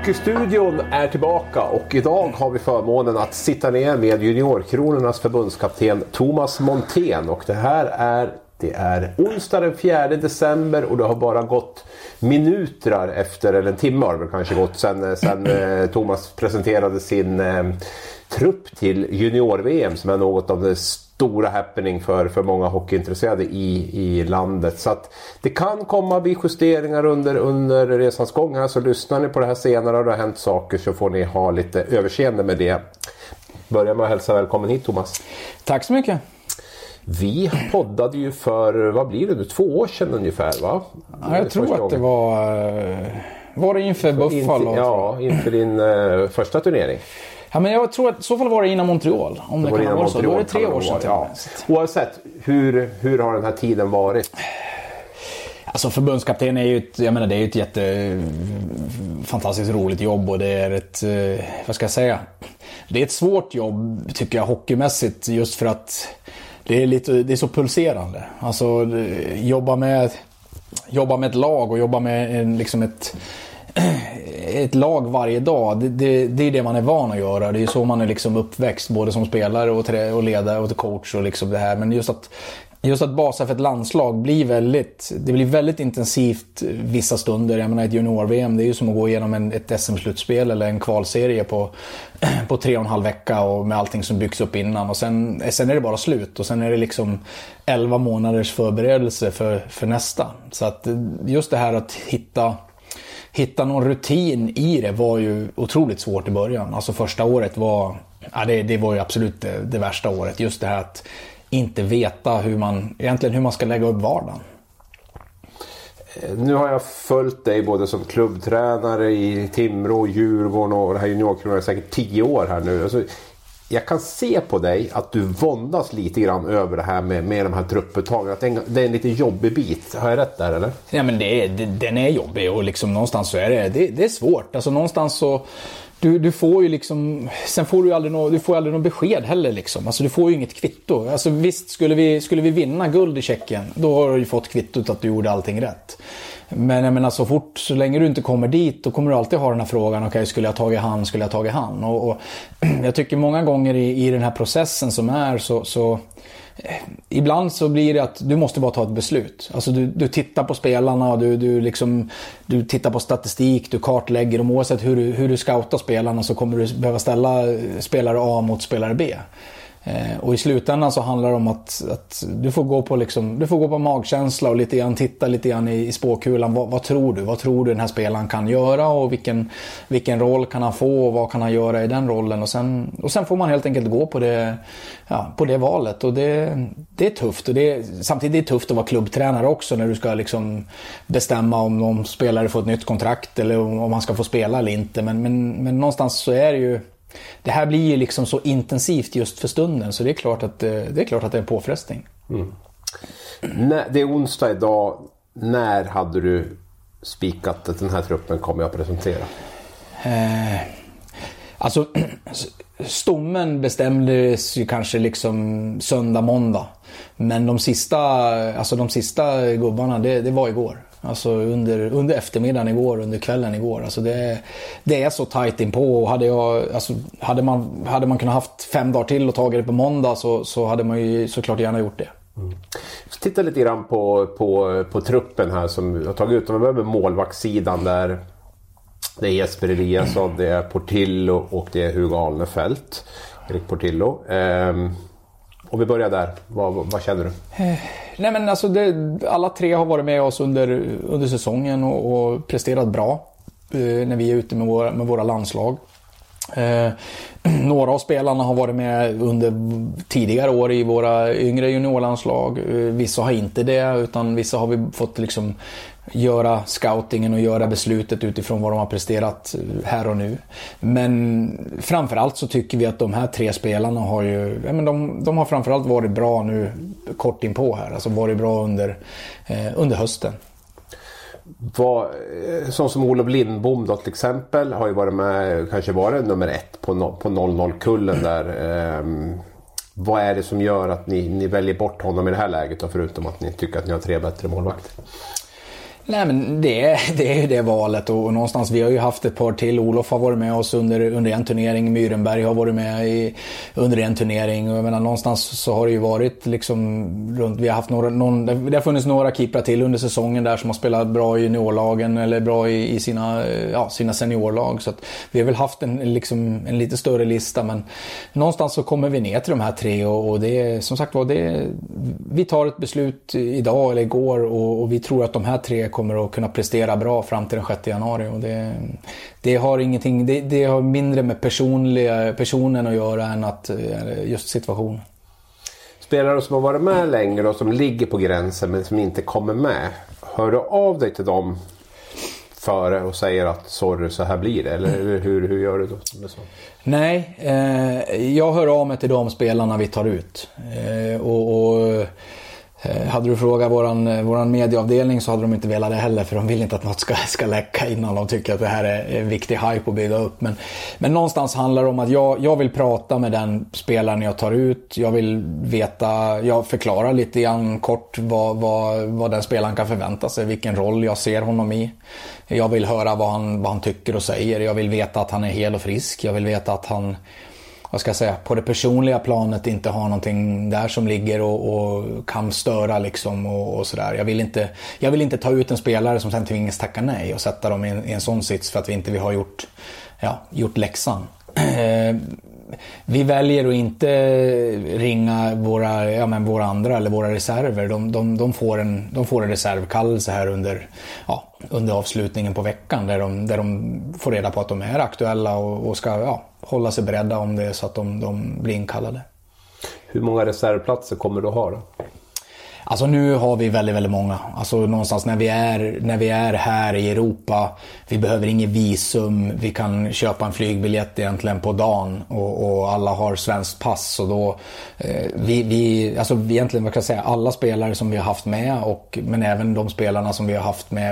Hockeystudion är tillbaka och idag har vi förmånen att sitta ner med juniorkronornas förbundskapten Thomas Montén. Och det är onsdag den 4 december och det har bara gått minuter efter, eller en timme har det kanske gått sen Thomas presenterade sin trupp till junior-VM som är något av det stora happening för många hockeyintresserade i landet. Så att det kan komma bli justeringar under resans gång här, så lyssnar ni på det här senare och det har hänt saker så får ni ha lite överseende med det. Börja med att hälsa välkommen hit, Thomas. Tack så mycket. Vi poddade ju för, vad blir det nu, 2 år sedan ungefär, va? Ja, jag tror att det var det inför Buffalo. Inför din första turnering. Ja, men jag tror att i så fall var det innan Montreal. Om det kan vara Montreal, så. Då är det 3 år sedan. Ja. Oavsett, hur har den här tiden varit? Alltså förbundskapten är ju ett jättefantastiskt roligt jobb och det är ett, vad ska jag säga? Det är ett svårt jobb tycker jag hockeymässigt, just för att det är så pulserande. Alltså jobba med ett lag och jobba med ett lag varje dag, det är det man är van att göra. Det är så man är liksom uppväxt både som spelare och ledare och coach och liksom det här. Men just att basa för ett landslag blir väldigt intensivt vissa stunder. Jag menar ett junior-VM, det är ju som att gå igenom ett SM-slutspel eller en kvalserie på 3,5 vecka och med allting som byggs upp innan. Och sen är det bara slut och sen är det liksom 11 månaders förberedelse för nästa. Så att just det här att hitta någon rutin i det var ju otroligt svårt i början. Alltså första året var ju absolut det värsta året. Just det här att inte veta hur man ska lägga upp vardagen. Nu har jag följt dig både som klubbtränare i Timrå, Djurgården och det här juniorkronorna säkert 10 år här nu. Alltså, jag kan se på dig att du våndas lite grann över det här med de här trupputtagen. Att det är en lite jobbig bit. Har jag rätt där eller? Ja, men den är jobbig och liksom någonstans så är det är svårt. Alltså någonstans så du får ju liksom, sen får du aldrig något besked heller liksom. Alltså du får ju inget kvitto. Alltså visst skulle vi vinna guld i Tjeckien, då har du ju fått kvittot att du gjorde allting rätt. Men jag menar så länge du inte kommer dit, då kommer du alltid ha den här frågan, okej, skulle jag tagit han? Och jag tycker många gånger i den här processen som är så ibland så blir det att du måste bara ta ett beslut. Alltså du tittar på spelarna och du tittar på statistik, du kartlägger dem. Oavsett hur du scoutar spelarna så kommer du behöva ställa spelare A mot spelare B. Och i slutändan så handlar det om att du får gå på magkänsla och titta lite grann i spåkulan. Vad tror du den här spelaren kan göra och vilken roll kan han få och vad kan han göra i den rollen, och sen får man helt enkelt gå på det valet, och det är tufft, och samtidigt är det tufft att vara klubbtränare också när du ska liksom bestämma om spelare får ett nytt kontrakt eller om man ska få spela eller inte, men någonstans så är det ju, det här blir ju liksom så intensivt just för stunden, så det är klart att det är en påfrestning. Det är onsdag idag. När hade du spikat att den här truppen kommer jag att presentera? Alltså stommen bestämdes ju kanske liksom söndag, måndag. Men de sista gubbarna, det var igår. Alltså under eftermiddagen igår, under kvällen igår. Alltså det är så tajt inpå, och hade man kunnat haft 5 dagar till och tagit det på måndag så hade man ju såklart gärna gjort det. Titta lite grann på truppen här som jag tagit ut. Om vi börjar med målvaktssidan där det är Jesper Eliasson, det är Portillo och det är Hugo Alnefelt. Erik Portillo. Och vi börjar där. Vad känner du? Nej, men alltså alla 3 har varit med oss under säsongen och presterat bra när vi är ute med våra landslag. Några av spelarna har varit med under tidigare år i våra yngre juniorlandslag. Vissa har inte det, utan vissa har vi fått liksom göra scoutingen och göra beslutet utifrån vad de har presterat här och nu. Men framförallt så tycker vi att de här 3 spelarna har ju, de har framförallt varit bra nu kort inpå här, alltså varit bra under hösten. Sån som Olof Lindbom då till exempel har ju varit med, kanske varit nummer 1 på 00-kullen där. Vad är det som gör att ni väljer bort honom i det här läget då, förutom att ni tycker att ni har 3 bättre målvakter? Nej, men det är ju det valet, och någonstans vi har ju haft ett par till. Olof har varit med oss under en turnering, Myrenberg har varit med under en turnering, och jag menar, någonstans så har det ju varit liksom runt, vi har haft det har funnits några keeprar till under säsongen där som har spelat bra i juniorlagen eller bra i sina seniorlag, så att vi har väl haft en lite större lista, men någonstans så kommer vi ner till de här 3, och det är som sagt vi tar ett beslut idag eller igår, och vi tror att de här 3 kommer att kunna prestera bra fram till den 6 januari, och det har ingenting, det har mindre med personen att göra än att just situationen. Spelare som har varit med längre och som ligger på gränsen men som inte kommer med, hör du av dig till dem före och säger att sorry, så här blir det, eller hur gör du då? Nej, jag hör av mig till de spelarna vi tar ut, och hade du frågat våran medieavdelning så hade de inte velat det heller, för de vill inte att något ska läcka innan de tycker att det här är en viktig hype att bygga upp. Men någonstans handlar det om att jag vill prata med den spelaren jag tar ut. Jag vill veta, jag förklarar lite grann kort vad den spelaren kan förvänta sig, vilken roll jag ser honom i. Jag vill höra vad han tycker och säger. Jag vill veta att han är hel och frisk. Jag vill veta att han, vad ska jag säga, på det personliga planet inte har någonting där som ligger och kan störa liksom, och sådär. Jag vill inte ta ut en spelare som sen tvingas tacka nej och sätta dem i en sån sits för att vi inte har gjort läxan. Vi väljer att inte ringa våra andra eller våra reserver. De får en reservkallelse här under avslutningen på veckan där de får reda på att de är aktuella och ska hålla sig beredda om det är så att de blir inkallade. Hur många reservplatser kommer du ha då? Alltså nu har vi väldigt, väldigt många. Alltså någonstans när vi är här i Europa, vi behöver ingen visum, vi kan köpa en flygbiljett egentligen på dagen och alla har svenskt pass, och då alltså egentligen, vad kan jag säga, alla spelare som vi har haft med, men även de spelarna som vi har haft med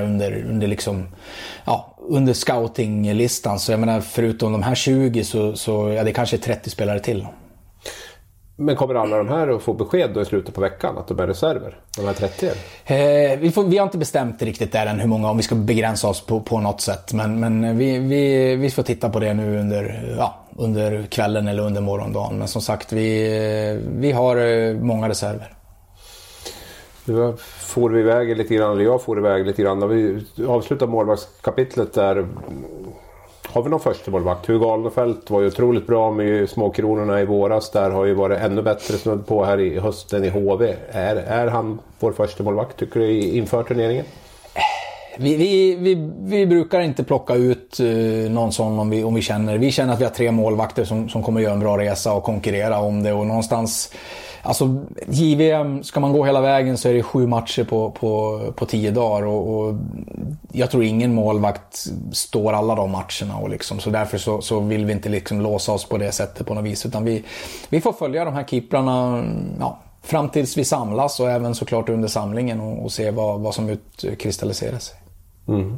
under scoutinglistan, så jag menar, förutom de här 20 så det kanske är 30 spelare till. Men kommer alla de här att få besked då i slutet på veckan att de är reserver? De här 30? Vi har inte bestämt riktigt där än hur många, om vi ska begränsa oss på något sätt. Men vi får titta på det nu under kvällen eller under morgondagen. Men som sagt, vi har många reserver. Jag får iväg lite grann. Vi avslutar målvaktskapitlet där. Har vi någon första målvakt? Hugo Alnefelt var ju otroligt bra med småkronorna i våras. Där har ju varit ännu bättre snudd på här i hösten i HV. Är han vår första målvakt, tycker du, inför turneringen? Vi brukar inte plocka ut någon sån om vi känner att vi har 3 målvakter som kommer göra en bra resa och konkurrera om det, och någonstans, alltså JVM, ska man gå hela vägen så är det 7 matcher på 10 dagar, och jag tror ingen målvakt står alla de matcherna, och liksom, så därför så vill vi inte liksom låsa oss på det sättet på något vis, utan vi får följa de här keeprarna fram tills vi samlas, och även såklart under samlingen, och se vad som utkristalliserar sig. Mm.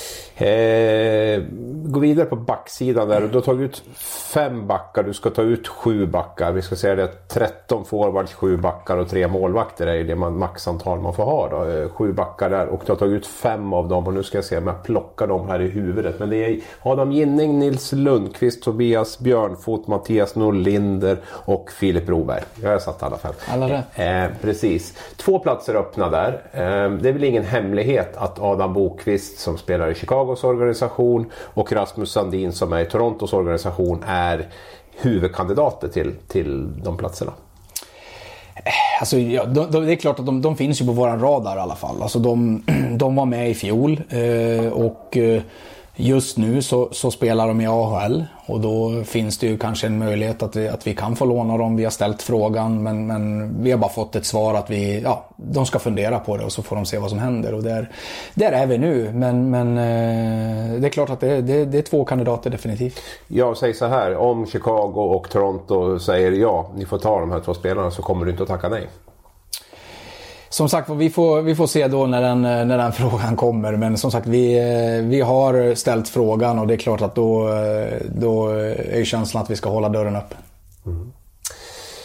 Gå vidare på backsidan där. Du har tagit ut 5 backar, du ska ta ut 7 backar. Vi ska säga det, 13 forwards, 7 backar och 3 målvakter är det maxantal man får ha då. 7 backar där, och du har tagit ut 5 av dem, och nu ska jag se om jag plockar dem här i huvudet. Men det är Adam Ginning, Nils Lundqvist, Tobias Björnfot, Mattias Norlinder och Filip Broberg. Jag har satt alla 5. Alla rätt. Precis. 2 platser öppna där. Det är väl ingen hemlighet att Adam Bokvist, som spelar i Chicagos organisation, och Rasmus Sandin, som är i Torontos organisation, är huvudkandidater till de platserna. Alltså, det är klart att de finns ju på våran radar i alla fall. Alltså, de var med i fjol, och just nu så spelar de i AHL, och då finns det ju kanske en möjlighet att vi kan få låna dem. Vi har ställt frågan, men vi har bara fått ett svar att de ska fundera på det, och så får de se vad som händer, och där är vi nu. Men det är klart att det är 2 kandidater definitivt. Jag säger så här, om Chicago och Toronto säger ja, ni får ta de här 2 spelarna, så kommer du inte att tacka nej. Som sagt, vi får se då när den frågan kommer. Men som sagt, vi har ställt frågan, och det är klart att då är känslan att vi ska hålla dörren öppen.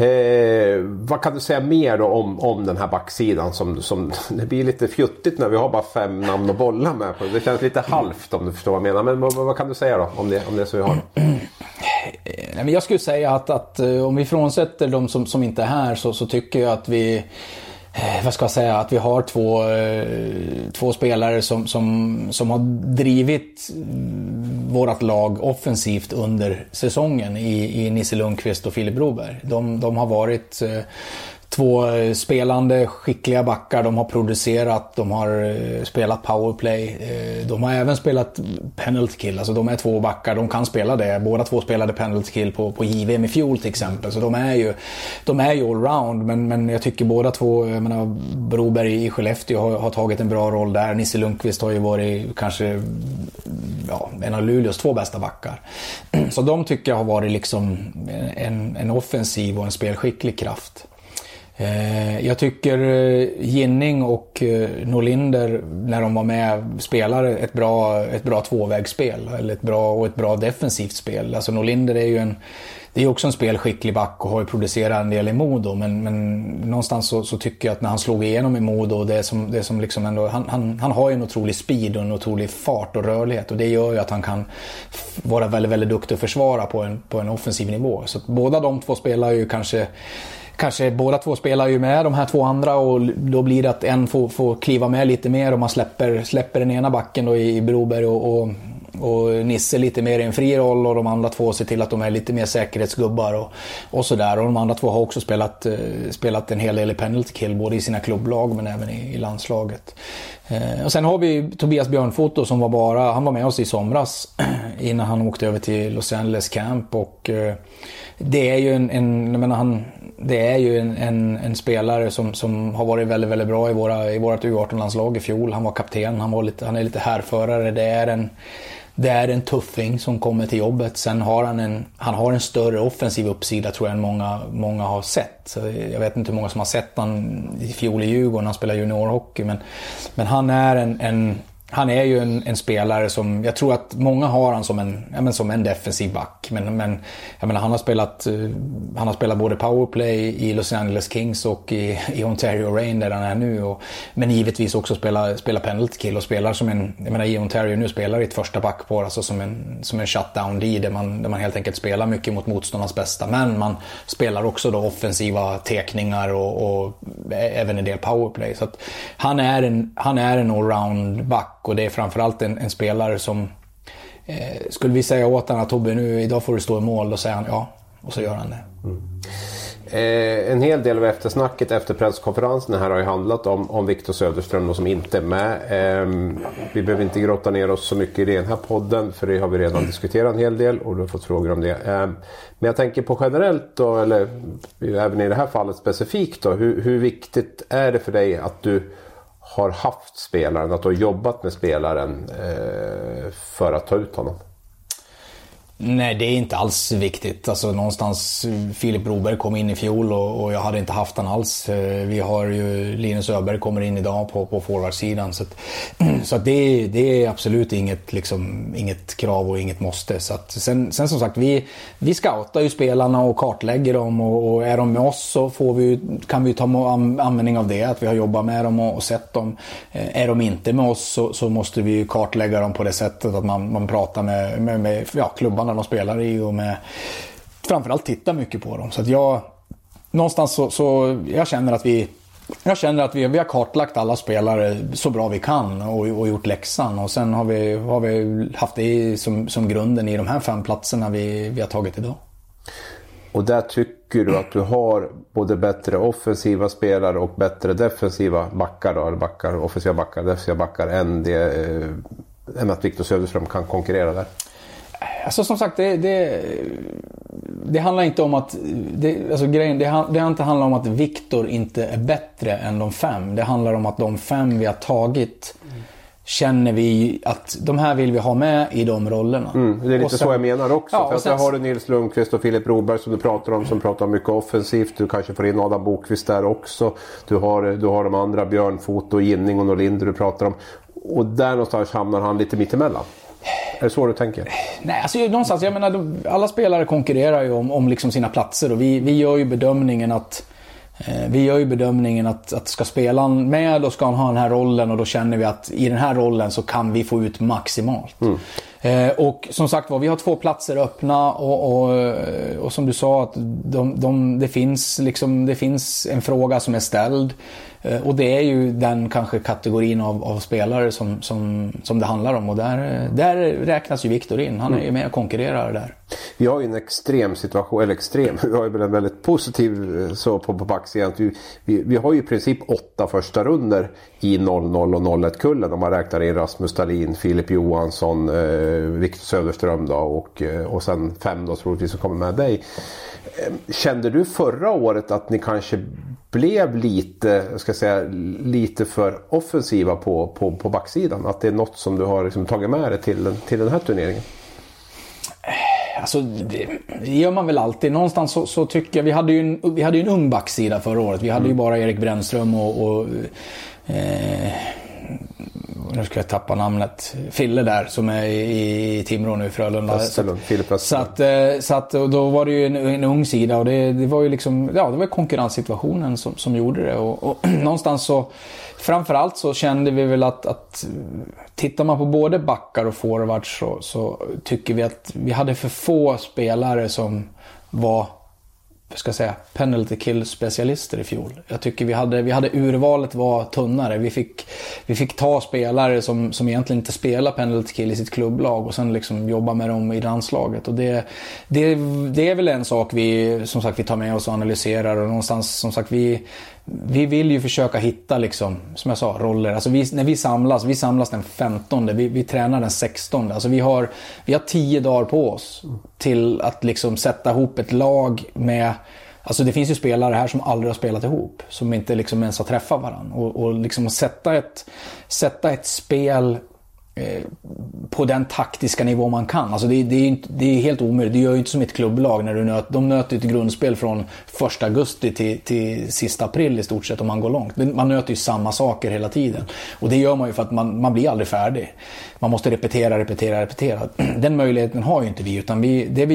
Vad kan du säga mer då om den här backsidan som det blir lite fjuttigt när vi har bara 5 namn att bolla med på. Det känns lite halvt om du förstår vad jag menar. Men vad kan du säga då om det så vi har? Nej, men jag skulle säga att om vi frånsätter de som inte är här så tycker jag att vi att vi har två spelare som har drivit vårat lag offensivt under säsongen i Nisse Lundqvist och Filip Broberg. De har varit två spelande, skickliga backar. De har producerat, de har spelat powerplay. De har även spelat penalty kill. Alltså de är 2 backar, de kan spela det. Båda 2 spelade penalty kill på JVM i fjol till exempel. Så de är ju allround. Men jag tycker båda 2, jag menar, Broberg i Skellefteå har tagit en bra roll där. Nisse Lundqvist har ju varit kanske en av Luleås 2 bästa backar. Så de tycker jag har varit liksom en offensiv och en spelskicklig kraft. Jag tycker Ginning och Norlinder när de var med spelar ett bra tvåvägsspel eller ett bra defensivt spel. Alltså Norlinder det är också en spelskicklig back och har ju producerat en del i Modo, men någonstans så tycker jag att när han slog igenom i Modo, det som liksom ändå, han har ju en otrolig speed och en otrolig fart och rörlighet, och det gör ju att han kan vara väldigt, väldigt duktig att försvara på en offensiv nivå. Så att båda de 2 spelar ju kanske båda 2 spelar ju med de här 2 andra, och då blir det att en får kliva med lite mer och man släpper den ena backen då i Broberg och Nisse lite mer i en fri roll, och de andra 2 ser till att de är lite mer säkerhetsgubbar och sådär. Och de andra 2 har också spelat en hel del i penalty kill, både i sina klubblag men även i landslaget. Och sen har vi Tobias Björnfoto som han var med oss i somras innan han åkte över till Los Angeles Camp, och det är ju en spelare som har varit väldigt, väldigt bra i vårt U18-landslag i fjol. Han var kapten, han är lite härförare. Det är en tuffing som kommer till jobbet. Sen har han har en större offensiv uppsida, tror jag, än många har sett. Så jag vet inte hur många som har sett han i fjol i Djurgården. Han spelar juniorhockey, men han är ju en spelare som jag tror att många har han som en defensiv back, men jag menar, han har spelat både powerplay i Los Angeles Kings och i Ontario Reign där han är nu, men givetvis också spela penalty kill och spelar i Ontario nu spelar i ett första backpar, alltså som en shutdown D där man helt enkelt spelar mycket mot motståndarnas bästa, men man spelar också då offensiva tekningar och även en del powerplay. Så att han är en allround back. Och det är framförallt en spelare som skulle vi säga åt honom att Tobbe, nu idag får du stå i mål, då säger han ja, och så gör han det. En hel del av eftersnacket efter presskonferensen här har ju handlat om Victor Söderström som inte är med. Vi behöver inte grotta ner oss så mycket i den här podden, för det har vi redan diskuterat en hel del och du har fått frågor om det. Men jag tänker på generellt då, eller även i det här fallet specifikt då, hur viktigt är det för dig att du har haft spelaren, att du har jobbat med spelaren för att ta ut honom? Nej, det är inte alls viktigt. Alltså någonstans, Filip Broberg kom in i fjol och jag hade inte haft han alls. Vi har ju Linus Öberg kommer in idag på forwardsidan. Så att det är absolut inget krav och inget måste. Så att sen som sagt, vi scoutar ju spelarna och kartlägger dem, och är de med oss så kan vi ta användning av det, att vi har jobbat med dem och sett dem. Är de inte med oss så måste vi kartlägga dem på det sättet att man pratar med klubbarna de spelar i, och framförallt tittar mycket på dem. Så att jag känner att vi har kartlagt alla spelare så bra vi kan och gjort läxan, och sen har vi haft det som grunden i de här 5 platserna vi har tagit idag. Och där tycker du att du har både bättre offensiva spelare och bättre defensiva backar då, eller offensiva backar, defensiva backar än att Victor Söderström kan konkurrera där? Alltså som sagt, det handlar inte om att det har inte handlat om att Victor inte är bättre än de 5. Det handlar om att de 5 vi har tagit känner vi att de här vill vi ha med i de rollerna. Det är lite så jag menar också. Ja, för att där har du Nils Lundqvist och Filip Broberg som du pratar om, som pratar mycket offensivt. Du kanske får in Adam Bokvist där också. Du har de andra, Björnfoto, Ginning och Norlinder du pratar om. Och där någonstans hamnar han lite mittemellan. Är det så du tänker? Nej, alltså någonstans, jag menar, alla spelare konkurrerar ju om liksom sina platser, och vi gör ju bedömningen att ska spelaren med och ska han ha den här rollen, och då känner vi att i den här rollen så kan vi få ut maximalt. Och som sagt var, vi har 2 platser öppna, och som du sa, att det finns en fråga som är ställd, och det är ju den kanske kategorin av spelare som det handlar om, och där räknas ju Viktor in. Han är ju med och konkurrerar där. Vi har ju en extrem situation, eller vi har ju en väldigt positiv så på backsidan. Vi har ju i princip 8 första runder i 00 och 01-kullen, om man räknar in Rasmus Dahlin, Filip Johansson, Viktor Söderström då, och sen 5 då troligtvis som kommer med dig. Kände du förra året att ni kanske blev lite för offensiva på backsidan? Att det är något som du har liksom tagit med dig till den här turneringen? Alltså, det gör man väl alltid. Någonstans så tycker jag, vi hade ju en ung backsida förra året. Vi hade ju bara Erik Brännström och nu ska jag tappa namnet, Fille där som är i Timrå nu i Frölunda. Så att då var det ju en ung sida, och det var ju liksom, ja, det var konkurrenssituationen som gjorde det, och någonstans så framförallt så kände vi väl att tittar man på både backar och forwards så tycker vi att vi hade för få spelare som var, penalty kill specialister i fjol. Jag tycker vi hade urvalet var tunnare. Vi fick ta spelare som egentligen inte spelar penalty kill i sitt klubblag, och sen liksom jobba med dem i landslaget, och det är väl en sak vi tar med oss och analyserar, och någonstans som sagt vi vill ju försöka hitta liksom, som jag sa, roller. Alltså när vi samlas den 15, vi tränar den 16. Alltså vi har 10 dagar på oss till att liksom sätta ihop ett lag med, alltså det finns ju spelare här som aldrig har spelat ihop, som inte liksom ens har träffat varandra, och liksom sätta ett spel på den taktiska nivå man kan. Alltså det är helt omöjligt. Det gör ju inte som ett klubblag när de nöter ett grundspel från 1 augusti till sista april i stort sett, om man går långt. Man nöter ju samma saker hela tiden, och det gör man ju för att man blir aldrig färdig. Man måste repetera. Den möjligheten har ju inte vi, utan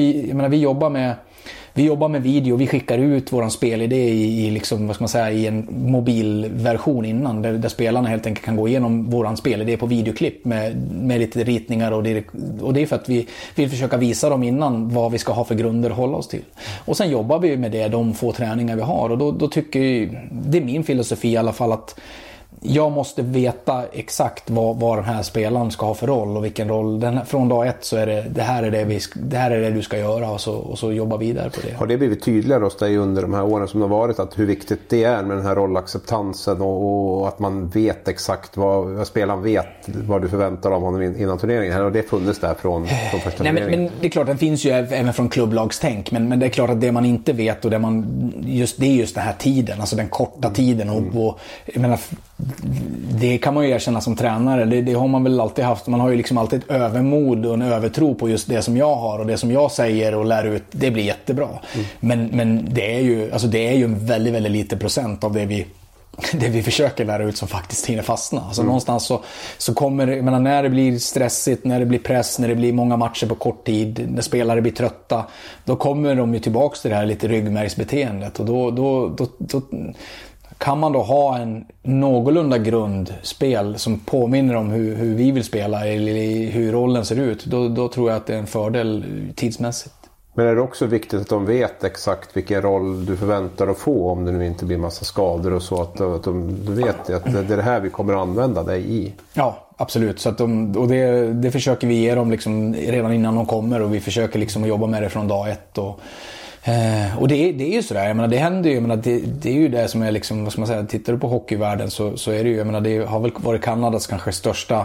vi jobbar med video, vi skickar ut våran spelidé i liksom, i en mobilversion innan, där spelarna helt enkelt kan gå igenom våran spelidé på videoklipp med lite ritningar, och det är för att vi vill försöka visa dem innan vad vi ska ha för grunder att hålla oss till. Och sen jobbar vi med det, de få träningar vi har, och då tycker jag, det är min filosofi i alla fall, att jag måste veta exakt vad den här spelaren ska ha för roll, och vilken roll. Från dag 1 så är det här är det du ska göra, och så jobba vidare på det. Har det blivit tydligare hos dig under de här åren som det har varit, att hur viktigt det är med den här rollacceptansen, och att man vet exakt vad spelaren vet, vad du förväntar av honom innan turneringen? Har det funnits där från första turneringen? Men det är klart, den finns ju även från klubblagstänk, men det är klart att det man inte vet, och det är just den här tiden, alltså den korta tiden, och jag menar, det kan man ju erkänna som tränare, det har man väl alltid haft. Man har ju liksom alltid ett övermod och en övertro på just det som jag har, och det som jag säger och lär ut, det blir jättebra. Men det är ju en väldigt, väldigt liten procent av det vi försöker lära ut som faktiskt hinner fastna. Alltså någonstans så kommer, jag menar, när det blir stressigt, när det blir press, när det blir många matcher på kort tid, när spelare blir trötta, då kommer de ju tillbaks till det här lite ryggmärgsbeteendet, och då kan man då ha en någorlunda grundspel som påminner om hur vi vill spela, eller hur rollen ser ut, då tror jag att det är en fördel tidsmässigt. Men är det också viktigt att de vet exakt vilken roll du förväntar att få, om det nu inte blir massa skador och så, att du vet att det är det här vi kommer att använda dig i? Ja, absolut. Så att det försöker vi ge dem liksom redan innan de kommer, och vi försöker liksom jobba med det från dag 1. Och det är ju sådär, jag menar, det händer ju, jag menar, det är ju det som är liksom, vad ska man säga, tittar du på hockeyvärlden så är det ju, jag menar, det har väl varit Kanadas kanske största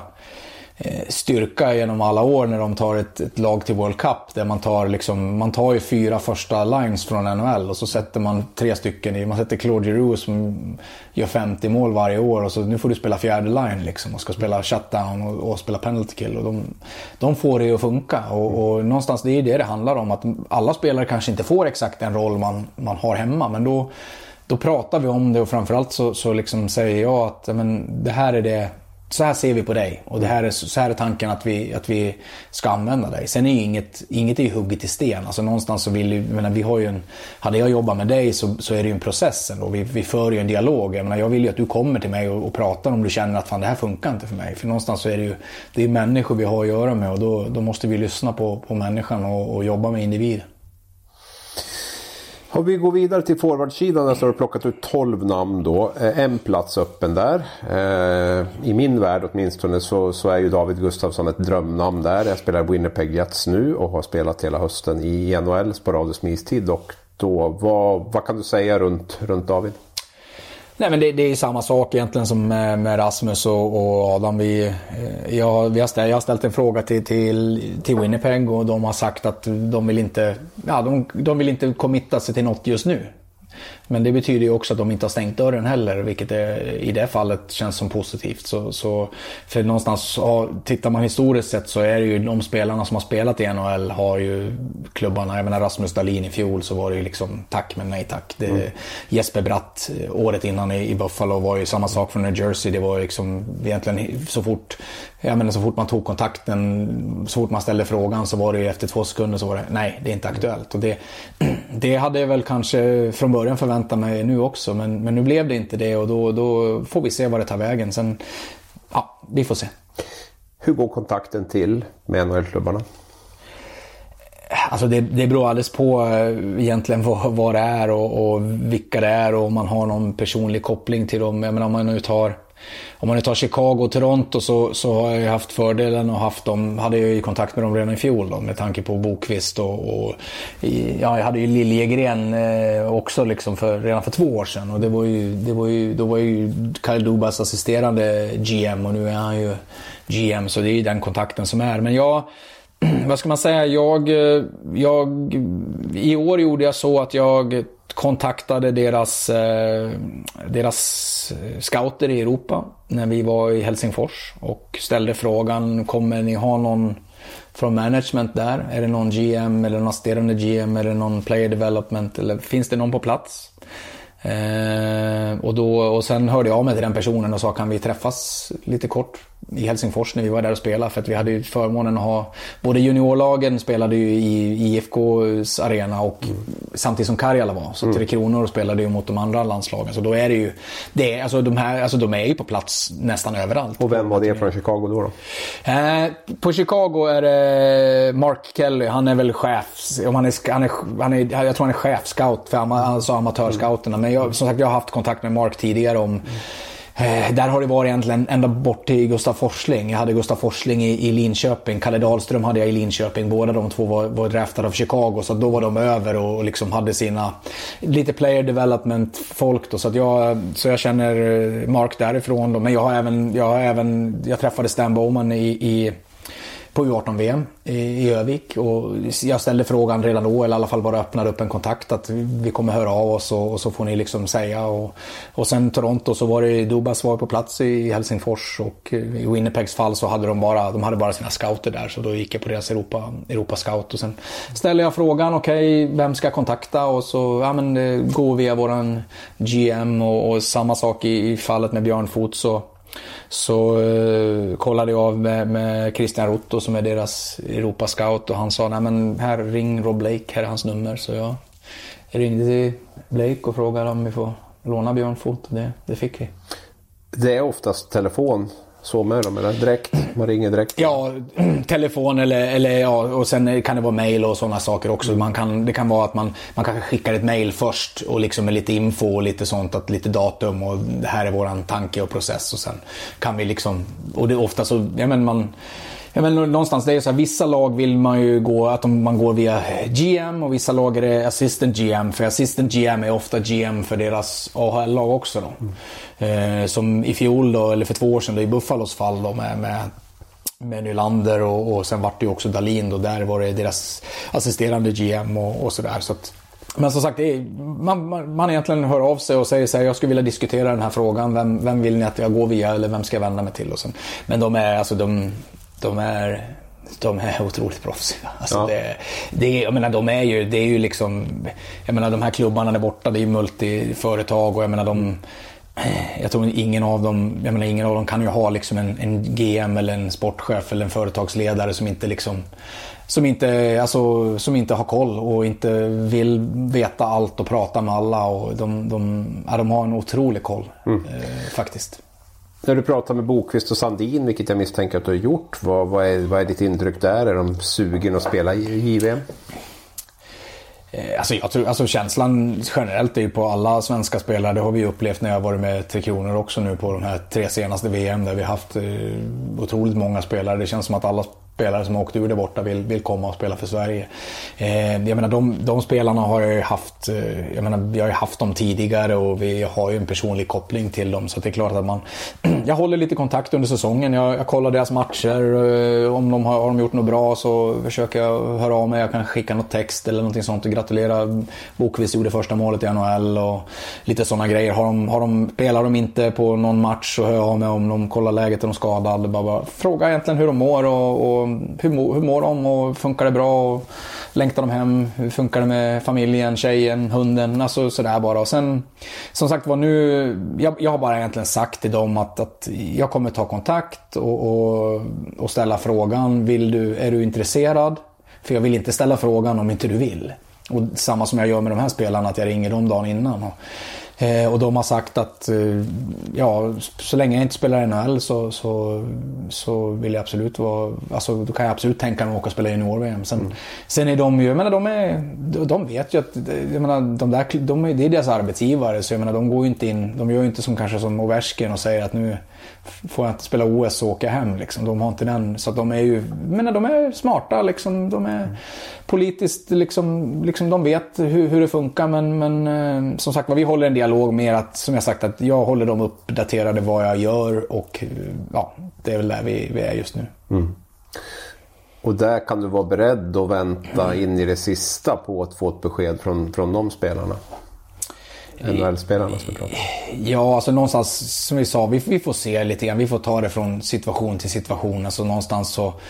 styrka genom alla år när de tar ett lag till World Cup, där man tar ju 4 första lines från NHL, och så sätter man 3 stycken i, man sätter Claude Giroux som gör 50 mål varje år, och så nu får du spela 4:e line liksom, och ska spela shutdown och spela penalty kill, och de får det att funka, och någonstans det är det handlar om, att alla spelare kanske inte får exakt den roll man har hemma, men då pratar vi om det, och framförallt så liksom säger jag att, men, det här är det så här ser vi på dig och så här är tanken att vi ska använda dig. Sen är ju inget är hugget i sten. Alltså någonstans så vi har ju hade jag jobbat med dig så är det ju en process ändå. Vi för ju en dialog. Jag vill ju att du kommer till mig och pratar om du känner att fan, det här funkar inte för mig. För någonstans så är det är människor vi har att göra med och då måste vi lyssna på människan och jobba med individ. Om vi går vidare till forwardsidan så har du plockat ut 12 namn då. En plats öppen där. I min värld åtminstone så är ju David Gustafsson ett drömnamn där. Jag spelar Winnipeg Jets nu och har spelat hela hösten i NHL sporadisk istid. Och då, vad kan du säga runt David? Nej, men det är samma sak egentligen som med Rasmus och Adam. Jag har ställt en fråga till Winnipeg och de har sagt att de vill inte committa sig till något just nu. Men det betyder ju också att de inte har stängt dörren heller, vilket i det fallet känns som positivt. Så för någonstans, tittar man historiskt sett så är det ju de spelarna som har spelat i NHL har ju klubbarna, jag menar Rasmus Dahlin i fjol så var det ju liksom tack men nej tack. Jesper Bratt året innan i Buffalo var ju samma sak från New Jersey. Det var liksom egentligen så fort man tog kontakten, så fort man ställde frågan så var det ju efter 2 sekunder så var det nej, det är inte aktuellt. Och det hade jag väl kanske från början förväntat mig nu också, men nu blev det inte det och då får vi se vad det tar vägen. Sen, ja, vi får se. Hur går kontakten till med NHL-klubbarna? Alltså det beror alldeles på egentligen vad det är och vilka det är och om man har någon personlig koppling till dem. Jag menar, om man nu tar Chicago och Toronto så har jag haft fördelen och hade jag ju kontakt med dem redan i fjol då, med tanke på Bokvist och jag hade ju Liljegren också liksom redan för 2 år sedan och då var ju Kyle Dubas assisterande GM och nu är han ju GM, så det är ju den kontakten som är. Men vad ska man säga, i år gjorde jag så att jag kontaktade deras scouter i Europa när vi var i Helsingfors och ställde frågan, kommer ni ha någon från management där? Är det någon GM eller någon assisterande GM eller någon player development eller finns det någon på plats? Och sen hörde jag med till den personen och sa, kan vi träffas lite kort i Helsingfors när vi var där och spelade, för att vi hade ju förmånen att ha både juniorlagen spelade ju i IFKs arena och samtidigt som Karjala var, så 3 Kronor spelade ju mot de andra landslagen, så då är det ju de är ju på plats nästan överallt. Och vem var det från Chicago då? På Chicago är det Mark Kelly, han är väl chef, jag tror han är chefscout för amatörscouterna, men jag har haft kontakt med Mark tidigare om där har det varit egentligen ända bort till Gustav Forsling. Jag hade Gustav Forsling i Linköping. Kalle Dahlström hade jag i Linköping. Båda de två var draftade av Chicago. Så då var de över och liksom hade sina lite player development folk då. Så jag känner Mark därifrån då. Men jag träffade Stan Bowman på U18-VM i Övik och jag ställde frågan redan då, eller i alla fall bara öppnade upp en kontakt att vi kommer höra av oss och så får ni liksom säga och sen Toronto så var det Dubas var på plats i Helsingfors och i Winnipegs fall så hade de hade bara sina scouter där, så då gick jag på deras Europa scout och sen ställde jag frågan, okej, vem ska jag kontakta, och så gå via våran GM och samma sak i fallet med Björn Foot så kollade jag av med Christian Rotto som är deras Europa scout och han sa, nej men här, ring Rob Blake, här är hans nummer. Så jag ringde till Blake och frågade om vi får låna Björn Foot, och det fick vi. Det är oftast telefon så med dem, eller direkt? Man ringer direkt? Ja, telefon eller och sen kan det vara mail och sådana saker också. Det kan vara att man kanske skickar ett mail först och liksom med lite info och lite sånt, att lite datum och det här är våran tanke och process, och sen kan vi liksom, och det är ofta så, någonstans det är så här, vissa lag vill man ju gå att man går via GM och vissa lag är det assistant GM, för assistant GM är ofta GM för deras AHL-lag också då. Som i fjol då, eller för 2 år sedan då, i Buffalos fall då med Nylander och sen vart det ju också Dahlin då, där var det deras assisterande GM och sådär, så att, men som sagt, man egentligen hör av sig och säger så här, jag skulle vilja diskutera den här frågan, vem vill ni att jag går via, eller vem ska jag vända mig till, och sen, men de är alltså de är otroligt proffsiga. Alltså jag menar, det är ju liksom, jag menar, de här klubbarna där borta, det är ju multiföretag, och jag menar Jag tror ingen av dem kan ju ha liksom en GM eller en sportchef eller en företagsledare som inte har koll och inte vill veta allt och prata med alla, och de har en otrolig koll faktiskt. När du pratar med Bokvist och Sandin, vilket jag misstänker att du har gjort, vad är ditt intryck där? Är de sugen att spela i JVM? Jag tror känslan generellt är ju på alla svenska spelare. Det har vi upplevt när jag varit med Tre Kronor också nu på de här 3 senaste VM, där vi haft otroligt många spelare. Det känns som att alla spelare som har åkt ur det borta vill komma och spela för Sverige. Jag menar, de spelarna har jag ju haft, vi har ju haft dem tidigare och vi har ju en personlig koppling till dem, så det är klart att jag håller lite kontakt under säsongen. Jag kollar deras matcher, om de har gjort något bra så försöker jag höra av mig. Jag kan skicka något text eller någonting sånt och gratulera. Bokvist gjorde första målet i NHL och lite sådana grejer. Spelar de inte på någon match så hör jag av mig om de kollar läget och de skadade. Bara fråga egentligen hur de mår och hur mår de och funkar det bra och längtar de hem, hur funkar det med familjen, tjejen, hunden, alltså sådär bara. Och sen som sagt var nu, jag har bara egentligen sagt till dem att jag kommer ta kontakt och ställa frågan, är du intresserad? För jag vill inte ställa frågan om inte du vill. Och samma som jag gör med de här spelarna, att jag ringer dem dagen innan. Och de har sagt att så länge jag inte spelar i NHL så vill jag absolut då kan jag absolut tänka mig att åka och spela junior-VM. Sen är de ju, de vet ju att det är deras arbetsgivare, så jag menar, de går ju inte in, de gör ju inte som Ovechkin och säger att nu får jag inte spela OS och åka hem liksom. De har inte den, så att de är ju, de är smarta liksom, de är politiskt liksom de vet hur det funkar, men som sagt, vi håller en dialog med att, som jag sagt, att jag håller dem uppdaterade vad jag gör, och det är väl där vi är just nu. Och där kan du vara beredd att vänta in i det sista på att få ett besked från de spelarna? NHL-spelarna som vi pratar om. Ja, alltså någonstans som vi sa, vi får se lite grann, vi får ta det från situation till situation. Alltså någonstans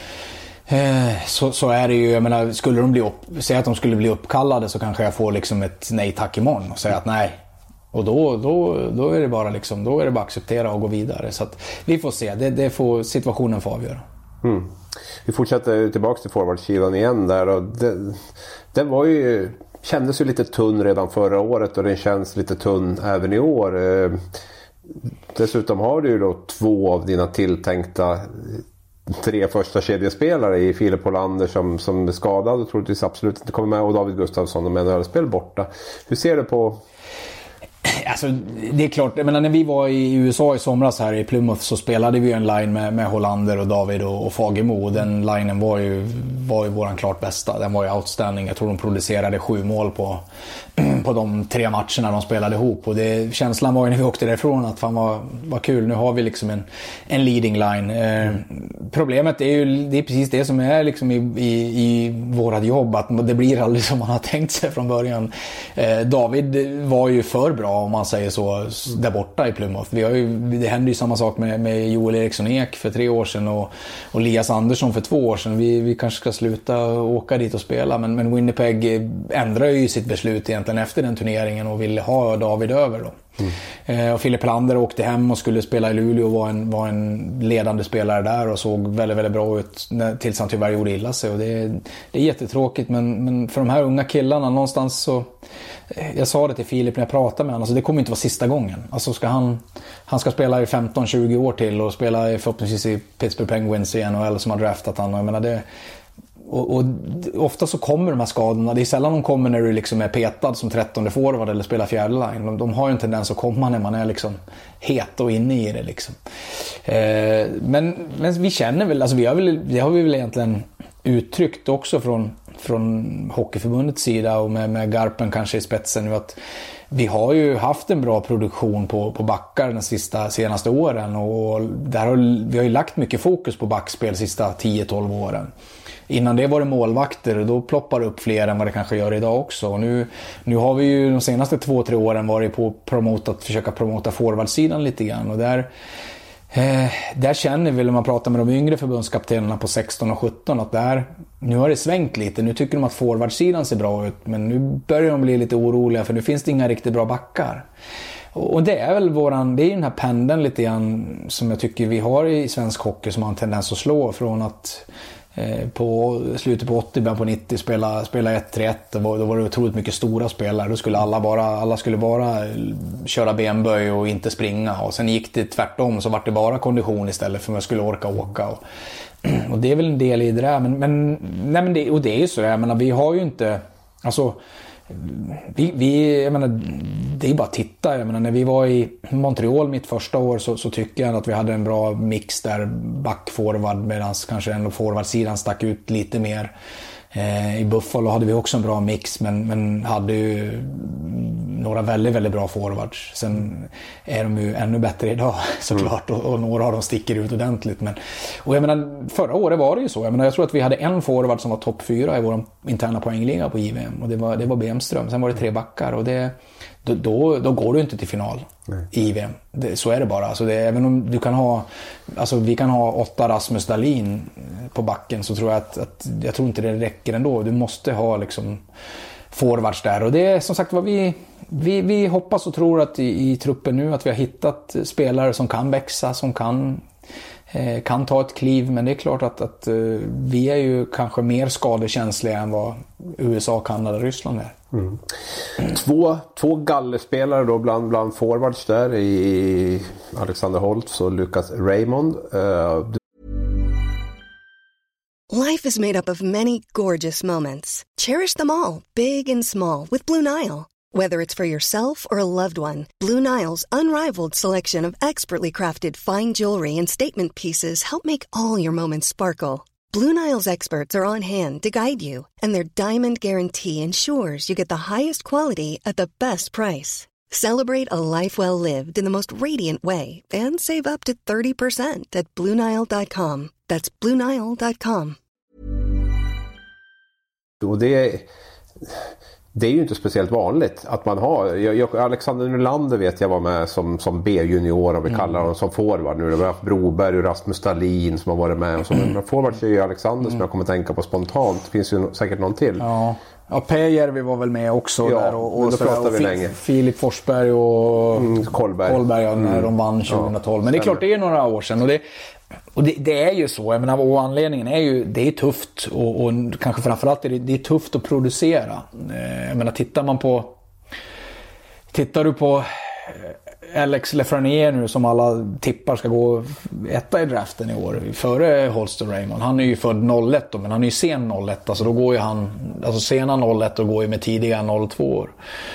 så är det ju, jag menar, skulle de säga att de skulle bli uppkallade, så kanske jag får liksom ett nej tack imorgon och säga att nej. Och då är det bara liksom, då är det bara acceptera och gå vidare. Så att vi får se, det får situationen få avgöra. Vi fortsätter tillbaka till forwardskivan igen där, och den var ju, kändes ju lite tunn redan förra året, och den känns lite tunn även i år. Dessutom har du ju då 2 av dina tilltänkta 3 första kedjespelare i Filip Hollander som är skadad och troligtvis absolut inte kommer med, och David Gustafsson med NHL-spel borta. Hur ser du på? Alltså, det är klart, jag menar, när vi var i USA i somras här i Plymouth, så spelade vi en line med Hollander och David och Fagemo. Den linen var ju våran klart bästa. Den var ju outstanding. Jag tror de producerade 7 mål på de 3 matcherna de spelade ihop. Och känslan var ju när vi åkte därifrån att fan vad kul, nu har vi liksom en leading line. Problemet är ju, det är precis det som är liksom i vårat jobb, att det blir aldrig som man har tänkt sig från början. David var ju för bra, om man säger så, där borta i Plymouth. Det hände ju samma sak med Joel Eriksson Ek för 3 år sedan och Elias Andersson för 2 år sedan. Vi kanske ska sluta åka dit och spela, men Winnipeg ändrar ju sitt beslut egentligen efter den turneringen och ville ha David över då. Och Filip Hollander åkte hem och skulle spela i Luleå och var en ledande spelare där och såg väldigt, väldigt bra ut tills han tyvärr gjorde illa sig. Och det är jättetråkigt, men för de här unga killarna någonstans så, jag sa det till Filip när jag pratade med honom, alltså det kommer inte vara sista gången. Alltså han ska spela i 15-20 år till och spela förhoppningsvis i Pittsburgh Penguins i NHL som har draftat han. Jag menar det. Och ofta så kommer de här skadorna, det är sällan de kommer när du liksom är petad som 13:e forward eller spelar fjärde line. De har ju en tendens att komma när man är liksom het och inne i det liksom. Men vi känner väl, alltså det har vi väl egentligen uttryckt också från Hockeyförbundets sida och med Garpen kanske i spetsen nu, att vi har ju haft en bra produktion på backar de senaste åren, och vi har ju lagt mycket fokus på backspel de sista 10-12 åren. Innan det var det målvakter, och då ploppar det upp fler än vad det kanske gör idag också. Och nu har vi ju de senaste 2-3 åren varit på att försöka promota forwardsidan lite grann. Och där känner vi, när man pratar med de yngre förbundskaptenerna på 16 och 17, att nu har det svängt lite. Nu tycker de att forwardsidan ser bra ut, men nu börjar de bli lite oroliga, för nu finns det inga riktigt bra backar. Och det är väl det är ju den här pendeln lite grann som jag tycker vi har i svensk hockey som har en tendens att slå från att på slutet på 80, början på 90 spela 1-3-1. Då var det otroligt mycket stora spelare. Då skulle alla skulle bara köra benböj och inte springa. Och sen gick det tvärtom, så var det bara kondition istället för att man skulle orka åka. Och det är väl en del i det där. Men det är ju så där. Jag menar, vi har ju inte... Alltså, jag menar, det är bara att titta. Jag menar, när vi var i Montreal mitt första år så tycker jag att vi hade en bra mix där, back-forward, medan kanske ändå forwardsidan stack ut lite mer. I Buffalo hade vi också en bra mix, men hade ju några väldigt, väldigt bra forwards. Sen är de ju ännu bättre idag såklart, och några av dem sticker ut ordentligt. Och jag menar, förra året var det ju så. Jag tror att vi hade en forward som var topp 4 i vår interna poängliga på JVM, och det var Bemström. Sen var det 3 backar, och då går du inte till final. Nej. I JVM. Så är det bara. Alltså även om du kan ha, alltså vi kan ha 8 Rasmus Dahlin på backen, så tror jag att jag tror inte det räcker ändå. Du måste ha liksom forwards där, och det är som sagt vad vi hoppas och tror att i truppen nu att vi har hittat spelare som kan växa, som kan ta ett kliv, men det är klart att vi är ju kanske mer skadekänsliga än vad USA, Kanada och Ryssland är. Mm. Två gallespelare då bland forwards där i Alexander Holtz och Lucas Raymond. Life is made up of many gorgeous moments. Cherish them all, big and small, with Blue Nile. Whether it's for yourself or a loved one, Blue Nile's unrivaled selection of expertly crafted fine jewelry and statement pieces help make all your moments sparkle. Blue Nile's experts are on hand to guide you, and their diamond guarantee ensures you get the highest quality at the best price. Celebrate a life well lived in the most radiant way and save up to 30% at BlueNile.com. That's BlueNile.com. Och det är ju inte speciellt vanligt att man har... Alexander Nylander vet jag var med som B-junior, om vi kallar honom, som forward nu. Det har haft Broberg och Rasmus Dahlin som har varit med. Och som forward är ju Alexander som jag kommer tänka på spontant. Det finns ju säkert någon till. Ja, P-Järvi var väl med också där, och då pratar vi länge. Filip Forsberg och Kollberg när de vann 2012. Men det är klart, det är några år sedan, och det är ju så. Jag menar, och anledningen är ju, det är tufft, och kanske framförallt det är tufft att producera. Jag menar, tittar du på Alex Lafreniere nu, som alla tippar ska gå etta i draften i år före Holster Raymond. Han är ju född 01 då, men han är ju sen 01, alltså då går ju han, alltså sena 01 och går ju med tidiga 02 år.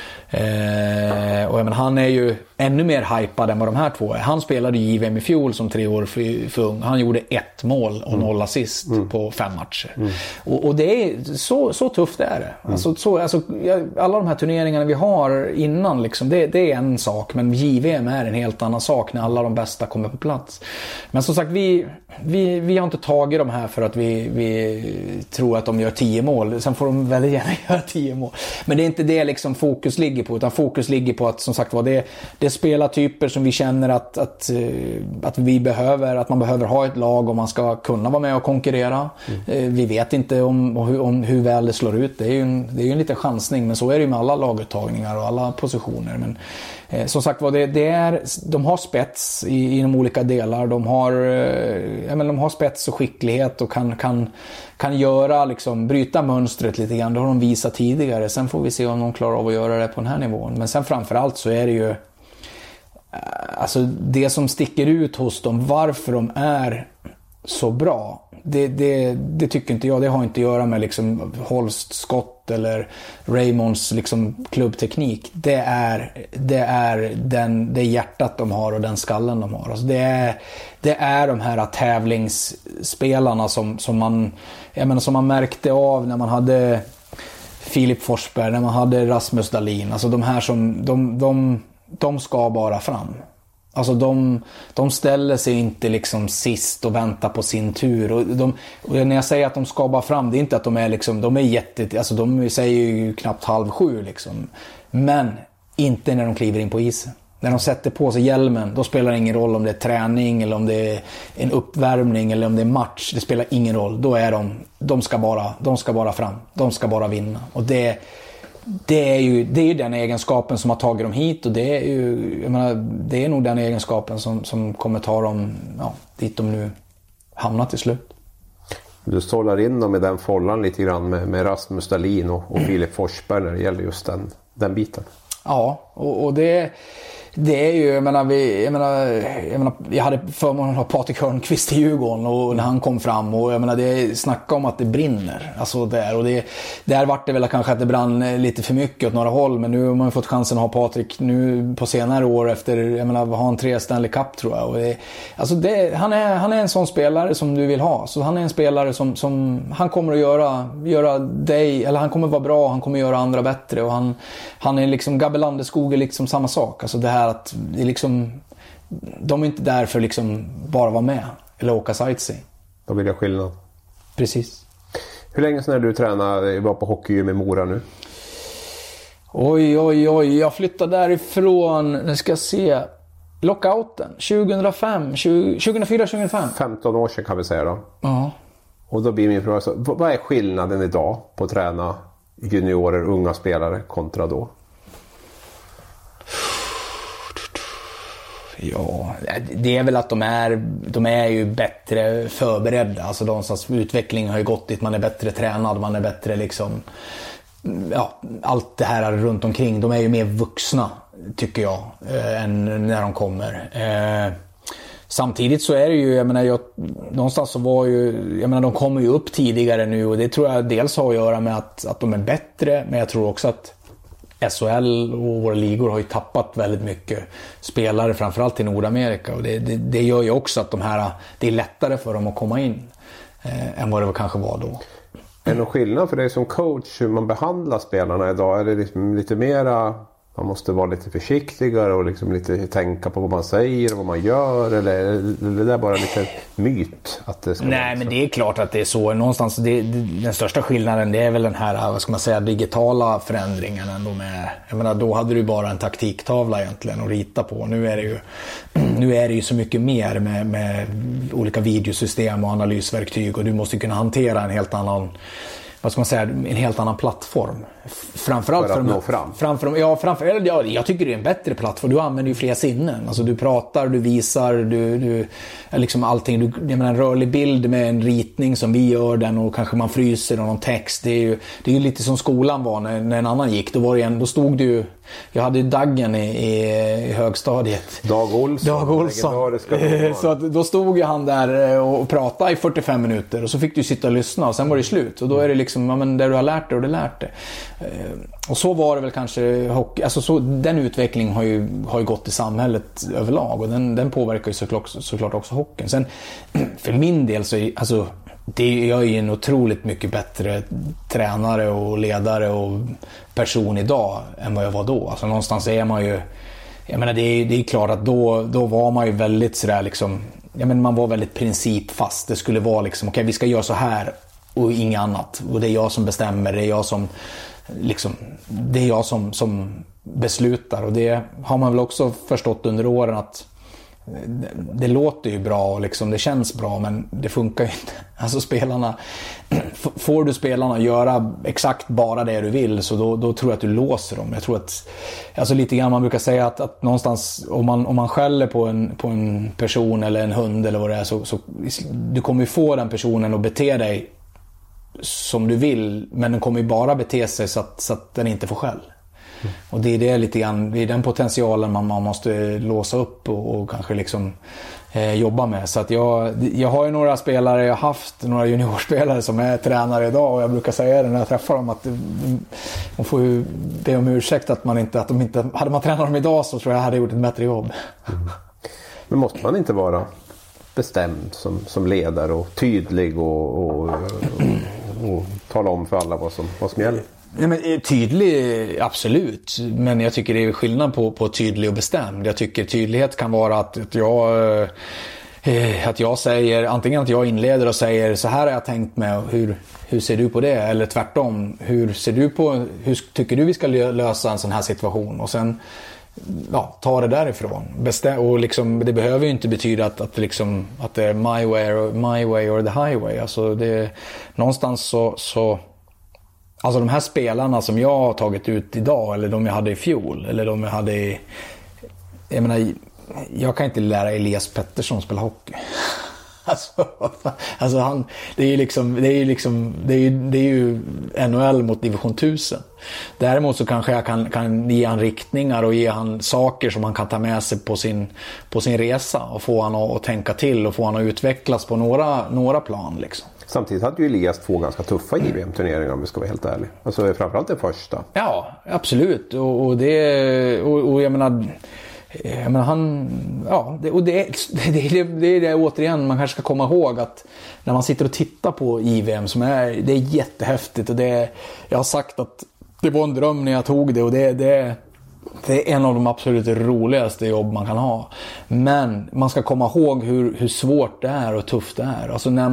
Och han är ju ännu mer hypad än vad de här två är. Han spelade i JVM i fjol som 3 år för ung. Han gjorde 1 mål och 0 assist på 5 matcher. Och det är så tufft är det. Alla de här turneringarna vi har innan liksom, det är en sak, men JVM är en helt annan sak när alla de bästa kommer på plats. Men som sagt, vi har inte tagit de här för att vi tror att de gör 10 mål. Sen får de väldigt gärna göra 10 mål. Men det är inte det liksom fokus ligger på, utan fokus ligger på att, som sagt, det är spelartyper som vi känner att vi behöver, att man behöver ha ett lag om man ska kunna vara med och konkurrera. Vi vet inte om hur väl det slår ut. Det är ju en liten chansning, men så är det ju med alla laguttagningar och alla positioner. Men som sagt, de har spets i de olika delar. De har spets och skicklighet och kan göra liksom, bryta mönstret lite grann. Det har de visat tidigare. Sen får vi se om de klarar av att göra det på den här nivån. Men sen framförallt så är det ju alltså det som sticker ut hos dem, varför de är så bra. Det tycker inte jag. Det har inte att göra med liksom Holst skott eller Raymonds liksom klubbteknik. Det är det hjärtat de har och den skallen de har. Alltså det är de här tävlingsspelarna som man märkte av när man hade Filip Forsberg, när man hade Rasmus Dahlin. Alltså de här som de ska bara fram. Alltså de ställer sig inte liksom sist och väntar på sin tur. Och när jag säger att de ska bara fram, det är inte att de är liksom, alltså de säger ju knappt 6:30 liksom. Men inte när de kliver in på isen. När de sätter på sig hjälmen, då spelar det ingen roll om det är träning eller om det är en uppvärmning eller om det är match. Det spelar ingen roll. Då är de ska bara fram. De ska bara vinna. Och det det är ju den egenskapen som har tagit dem hit, och det är ju, jag menar, det är nog den egenskapen som kommer ta dem dit de nu hamnar till slut. Du stålar in dem i den follan lite grann med Rasmus Dahlin och Filip Forsberg när det gäller just den biten. Ja, och det är ju, jag menar, jag hade förmånen att ha Patrik Hörnqvist i Djurgården, och när han kom fram, och jag menar, det snackar om att det brinner, alltså där, och där vart det väl kanske att det brann lite för mycket åt några håll, men nu har man fått chansen att ha Patrik nu på senare år efter, jag menar, har han 3 Stanley Cup tror jag, och han är en sån spelare som du vill ha, så han är en spelare som han kommer att göra dig, eller han kommer vara bra, han kommer göra andra bättre, och han är liksom Gabbe Landeskog är liksom samma sak, alltså det här att det är liksom, de är inte där för liksom bara vara med eller åka sightseeing. Då vill jag skillnad. Precis. Hur länge sedan är du tränade, var på hockeygym i Mora nu? Oj, jag flyttade därifrån, nu ska jag se, lockouten 2004-2005. 15 år sedan kan vi säga då. Ja. Och då blir min fråga, så, vad är skillnaden idag på att träna juniorer, unga spelare kontra då? Ja, det är väl att de är ju bättre förberedda. Alltså någonstans utvecklingen har ju gått dit, man är bättre tränad, man är bättre liksom, allt det här runt omkring. De är ju mer vuxna, tycker jag, än när de kommer. Samtidigt så är det ju, jag menar, någonstans så var ju, jag menar, de kommer ju upp tidigare nu, och det tror jag dels har att göra med att de är bättre, men jag tror också att SHL och våra ligor har ju tappat väldigt mycket spelare, framförallt i Nordamerika, och det gör ju också att det är lättare för dem att komma in än vad det kanske var då. Är det någon skillnad för dig som coach hur man behandlar spelarna idag? Är det liksom lite mera, man måste vara lite försiktigare och liksom lite tänka på vad man säger och vad man gör, eller är det bara lite myt att det ska? Nej, men det är klart att det är så. Någonstans, den största skillnaden, det är väl den här, vad ska man säga, digitala förändringen ändå med, jag menar, då hade du bara en taktiktavla egentligen att rita på. Nu är det ju så mycket mer med olika videosystem och analysverktyg, och du måste kunna hantera en helt annan, vad ska man säga, en helt annan plattform. Framförallt för att nå fram. Jag tycker det är en bättre plattform. Du använder ju fler sinnen. Alltså du pratar, du visar, du liksom allting. Jag menar, en rörlig bild med en ritning som vi gör den, och kanske man fryser någon text. Det är ju lite som skolan var när en annan gick. Då stod det ju, jag hade ju Daggen i högstadiet. Dag Olsson. Så att då stod ju han där och pratade i 45 minuter, och så fick du sitta och lyssna, och sen var det slut. Och då är det liksom, men där du har lärt dig och det lärt dig. Och så var det väl kanske hockey, alltså den utvecklingen har ju gått i samhället överlag, och den påverkar ju såklart också hockeyn. Sen för min del så är, alltså, jag är ju en otroligt mycket bättre tränare och ledare och person idag än vad jag var då. Alltså någonstans är man ju, jag menar, det är klart att då var man ju väldigt sådär liksom, jag menar, man var väldigt principfast. Det skulle vara liksom, okej, vi ska göra så här och inget annat, och det är jag som bestämmer, det är jag som beslutar, och det har man väl också förstått under åren att det låter ju bra och liksom det känns bra, men det funkar ju inte. Alltså spelarna, får du spelarna göra exakt bara det du vill, så då tror jag att du låser dem. Jag tror att, alltså lite grann, man brukar säga att någonstans om man skäller på en person eller en hund eller vad det är, så du kommer ju få den personen att bete dig som du vill, men den kommer ju bara bete sig så att den inte får skäll. Och det är lite grann, det är den potentialen man måste låsa upp och kanske liksom jobba med. Så att jag har ju några spelare, jag har haft några juniorspelare som är tränare idag, och jag brukar säga det när jag träffar dem att de får ju be om ursäkt att de inte hade man tränat dem idag, så tror jag hade gjort ett bättre jobb. Men måste man inte vara bestämd som ledare och tydlig och tala om för alla vad som gäller? Nej, men tydlig, absolut. Men jag tycker det är skillnad på tydlig och bestämd. Jag tycker tydlighet kan vara att jag säger, antingen att jag inleder och säger så här har jag tänkt med, hur ser du på det? Eller tvärtom, hur tycker du vi ska lösa en sån här situation? Och sen ta det därifrån. Och liksom, det behöver ju inte betyda att det är my way or the highway. Alltså någonstans så Alltså de här spelarna som jag har tagit ut idag, eller de jag hade i fjol, eller de jag hade i... Jag menar, jag kan inte lära Elias Pettersson spela hockey. Alltså han, det är ju NHL mot division 1000. Däremot så kanske jag kan ge han riktningar och ge han saker som han kan ta med sig på sin resa och få han att tänka till och få han att utvecklas på några plan liksom. Samtidigt hade ju Elias 2 ganska tuffa JVM-turneringar om vi ska vara helt ärlig. Alltså framförallt den första. Ja, absolut. Och jag menar han, ja, och det är det återigen man kanske ska komma ihåg, att när man sitter och tittar på JVM det är jättehäftigt, och jag har sagt att det var en dröm när jag tog det, och det är en av de absolut roligaste jobb man kan ha. Men man ska komma ihåg hur svårt det är och tufft det är. Alltså när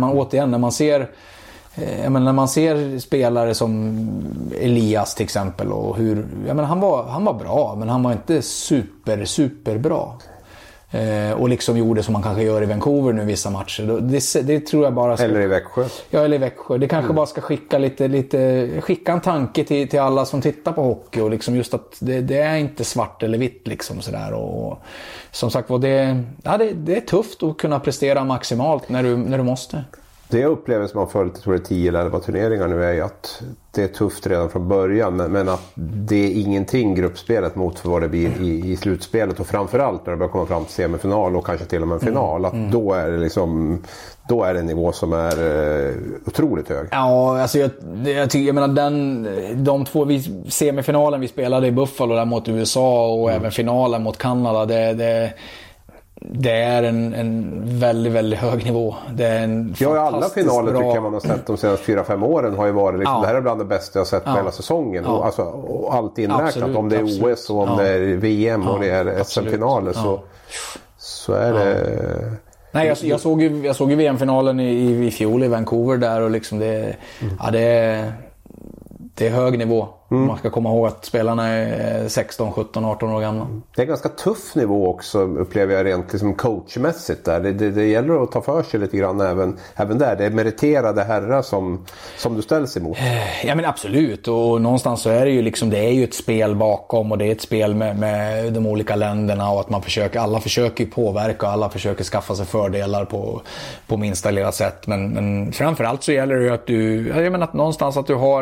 man ser spelare som Elias till exempel, och han var bra, men han var inte super bra. Och liksom gjorde som man kanske gör i Vancouver nu vissa matcher. Det tror jag bara ska... Eller i Växjö. Ja, eller i Växjö. Det kanske bara ska skicka en tanke till alla som tittar på hockey, och liksom just att det är inte svart eller vitt liksom sådär. Och som sagt var, det är tufft att kunna prestera maximalt när du måste. Det jag upplever som har följt, tror jag, 10 eller 11 turneringar nu, är ju att det är tufft redan från början, men att det är ingenting gruppspelet mot för vad det blir i slutspelet, och framförallt när det börjar komma fram till semifinal och kanske till och med en final, att då är det en nivå som är otroligt hög. Ja, alltså jag menar de två semifinalen vi spelade i Buffalo där mot USA och även finalen mot Kanada, det är en väldigt, väldigt hög nivå. Det är en alla finaler tycker jag man har sett de senaste 4-5 åren har ju varit liksom, det här är bland det bästa jag har sett på hela säsongen. Ja. Och allt inräknat, absolut, om det är OS och om det är VM och det är SM-finaler, så är det... Nej, jag såg ju VM-finalen i fjol i Vancouver där, och liksom det är hög nivå. Man ska komma ihåg att spelarna är 16, 17, 18 år gamla. Det är ganska tuff nivå också, upplever jag rent liksom coachmässigt där. Det gäller att ta för sig lite grann även där. Det är meriterade herrar som du ställs emot. Ja, men absolut. Och någonstans så är det ju liksom, det är ju ett spel bakom, och det är ett spel med de olika länderna, och att alla försöker påverka, och alla försöker skaffa sig fördelar på minsta lilla sätt. Men framförallt så gäller det ju att någonstans att du har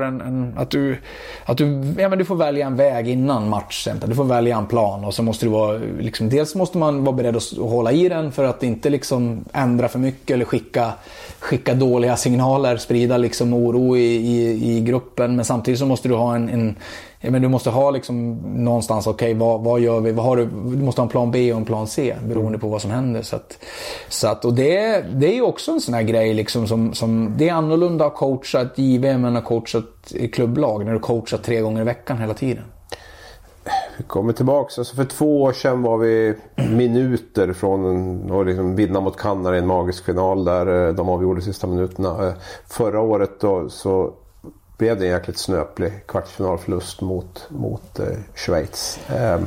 du får välja en väg innan matchen. Du får välja en plan, och så måste du vara liksom, dels måste man vara beredd att hålla i den för att inte liksom ändra för mycket eller skicka dåliga signaler, sprida liksom oro i gruppen, men samtidigt så måste du ha du måste ha liksom någonstans, okej, vad gör vi? Du måste ha en plan B och en plan C beroende på vad som händer, så att och det är ju också en sån här grej liksom som det är annorlunda att coacha ett JVM än att coacha ett klubblag när du coachar 3 gånger i veckan hela tiden. Vi kommer tillbaka. Alltså för 2 år sedan var vi minuter från att liksom vinna mot Kanada i en magisk final där de avgjorde sista minuterna. Förra året då så blev det en jäkligt snöplig kvartsfinalförlust mot Schweiz.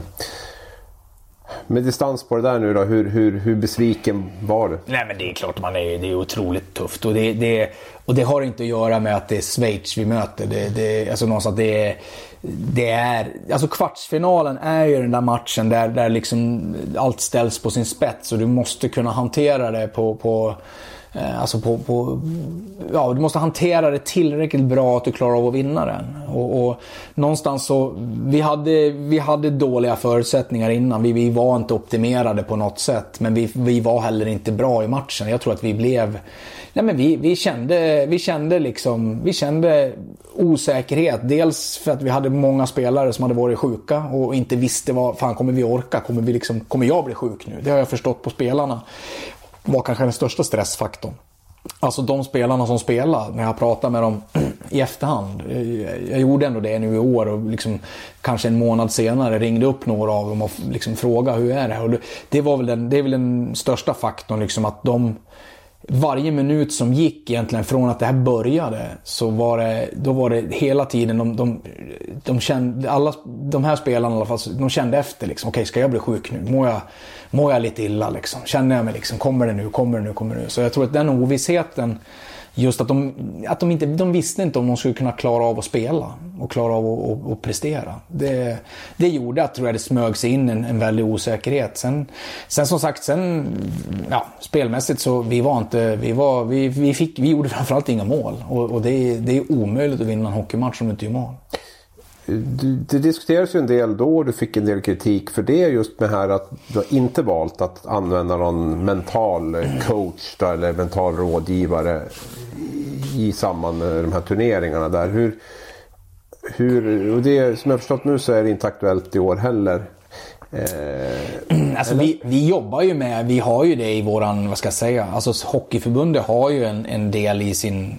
Med distans på det där nu då, hur besviken var du? Nej, men det är klart det är otroligt tufft, och det har inte att göra med att det är Schweiz vi möter. Alltså någonstans det är alltså kvartsfinalen är ju den där matchen där liksom allt ställs på sin spets, och du måste kunna hantera det du måste hantera det tillräckligt bra att du klarar av att vinna den. Och någonstans så vi hade dåliga förutsättningar innan. Vi var inte optimerade på något sätt, men vi var heller inte bra i matchen. Jag tror att vi kände osäkerhet, dels för att vi hade många spelare som hade varit sjuka och inte visste vad fan kommer vi orka, kommer jag bli sjuk nu? Det har jag förstått på spelarna var kanske den största stressfaktorn. Alltså de spelarna som spelar, när jag pratar med dem i efterhand, jag gjorde ändå det nu i år, och liksom kanske en månad senare ringde upp några av dem och liksom frågade hur är det här, och det är väl den största faktorn liksom, att varje minut som gick egentligen från att det här började, så var det hela tiden de kände, alla de här spelarna i alla fall, de kände efter liksom, okej, ska jag bli sjuk nu? Mår jag lite illa liksom? Känner jag mig liksom, kommer det nu? Så jag tror att den ovissheten just att de visste inte om de skulle kunna klara av att spela och klara av att prestera. Det gjorde att, tror jag, det smög sig in en väldig osäkerhet. Sen som sagt, spelmässigt så vi gjorde framförallt inga mål, och det är omöjligt att vinna en hockeymatch om du inte gör mål. Det diskuteras ju en del då, du fick en del kritik för det, just med här att du har inte valt att använda någon mental coach då, eller mental rådgivare i samband med de här turneringarna där. Och det, som jag förstått nu, så är det inte aktuellt i år heller. Alltså vi jobbar ju med, vi har ju det i våran, vad ska jag säga, alltså Hockeyförbundet har ju en del i sin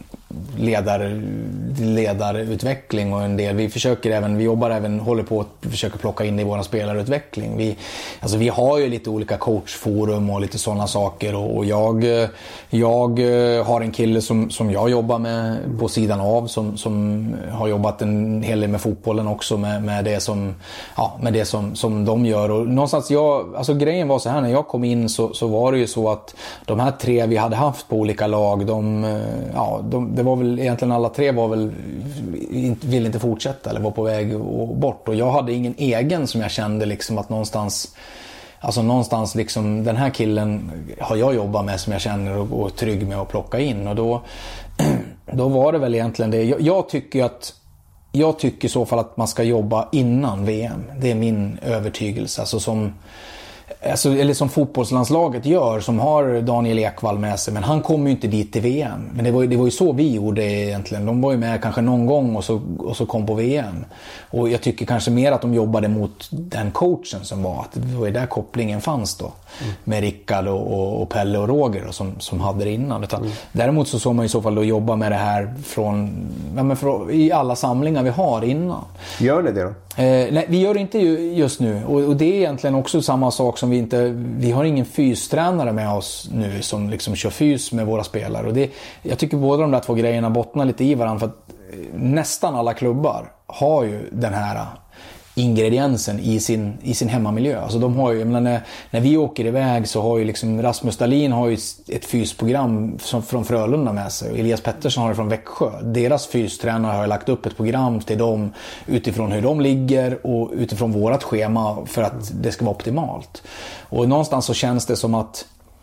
ledarutveckling, och en del, vi jobbar även, håller på att försöka plocka in i våran spelarutveckling. Vi har ju lite olika coachforum och lite sådana saker, och jag har en kille som jag jobbar med på sidan av, som har jobbat en hel del med fotbollen också, med det som de gör. Och någonstans alltså grejen var så här, när jag kom in så var det ju så att de här 3 vi hade haft på olika lag, det var väl egentligen alla 3 ville inte fortsätta eller var på väg bort, och jag hade ingen egen som jag kände liksom att någonstans liksom, den här killen har jag jobbat med, som jag känner och är trygg med att plocka in. Och då var det väl egentligen det. Jag tycker i så fall att man ska jobba innan VM. Det är min övertygelse. Eller som fotbollslandslaget gör, som har Daniel Ekvall med sig, men han kommer ju inte dit till VM. Men det var ju så vi gjorde egentligen. De var ju med kanske någon gång och så kom på VM. Och jag tycker kanske mer att de jobbade mot den coachen som var, att det var ju där kopplingen fanns då. Med Rickard och Pelle och Roger då, som hade det innan. Däremot så man i så fall då jobba med det här i alla samlingar vi har innan. Gör ni det då? Nej, vi gör det inte just nu, och det är egentligen också samma sak som vi har ingen fystränare med oss nu som liksom kör fys med våra spelare, och jag tycker båda de där 2 grejerna bottnar lite i varandra, för att nästan alla klubbar har ju den här ingrediensen i sin hemmamiljö. Alltså de har ju, när vi åker iväg så har ju liksom Rasmus Dahlin har ju ett fysprogram från Frölunda med sig, och Elias Pettersson har det från Växjö. Deras fystränare har lagt upp ett program till dem utifrån hur de ligger och utifrån vårat schema för att det ska vara optimalt. Och någonstans så känns det som att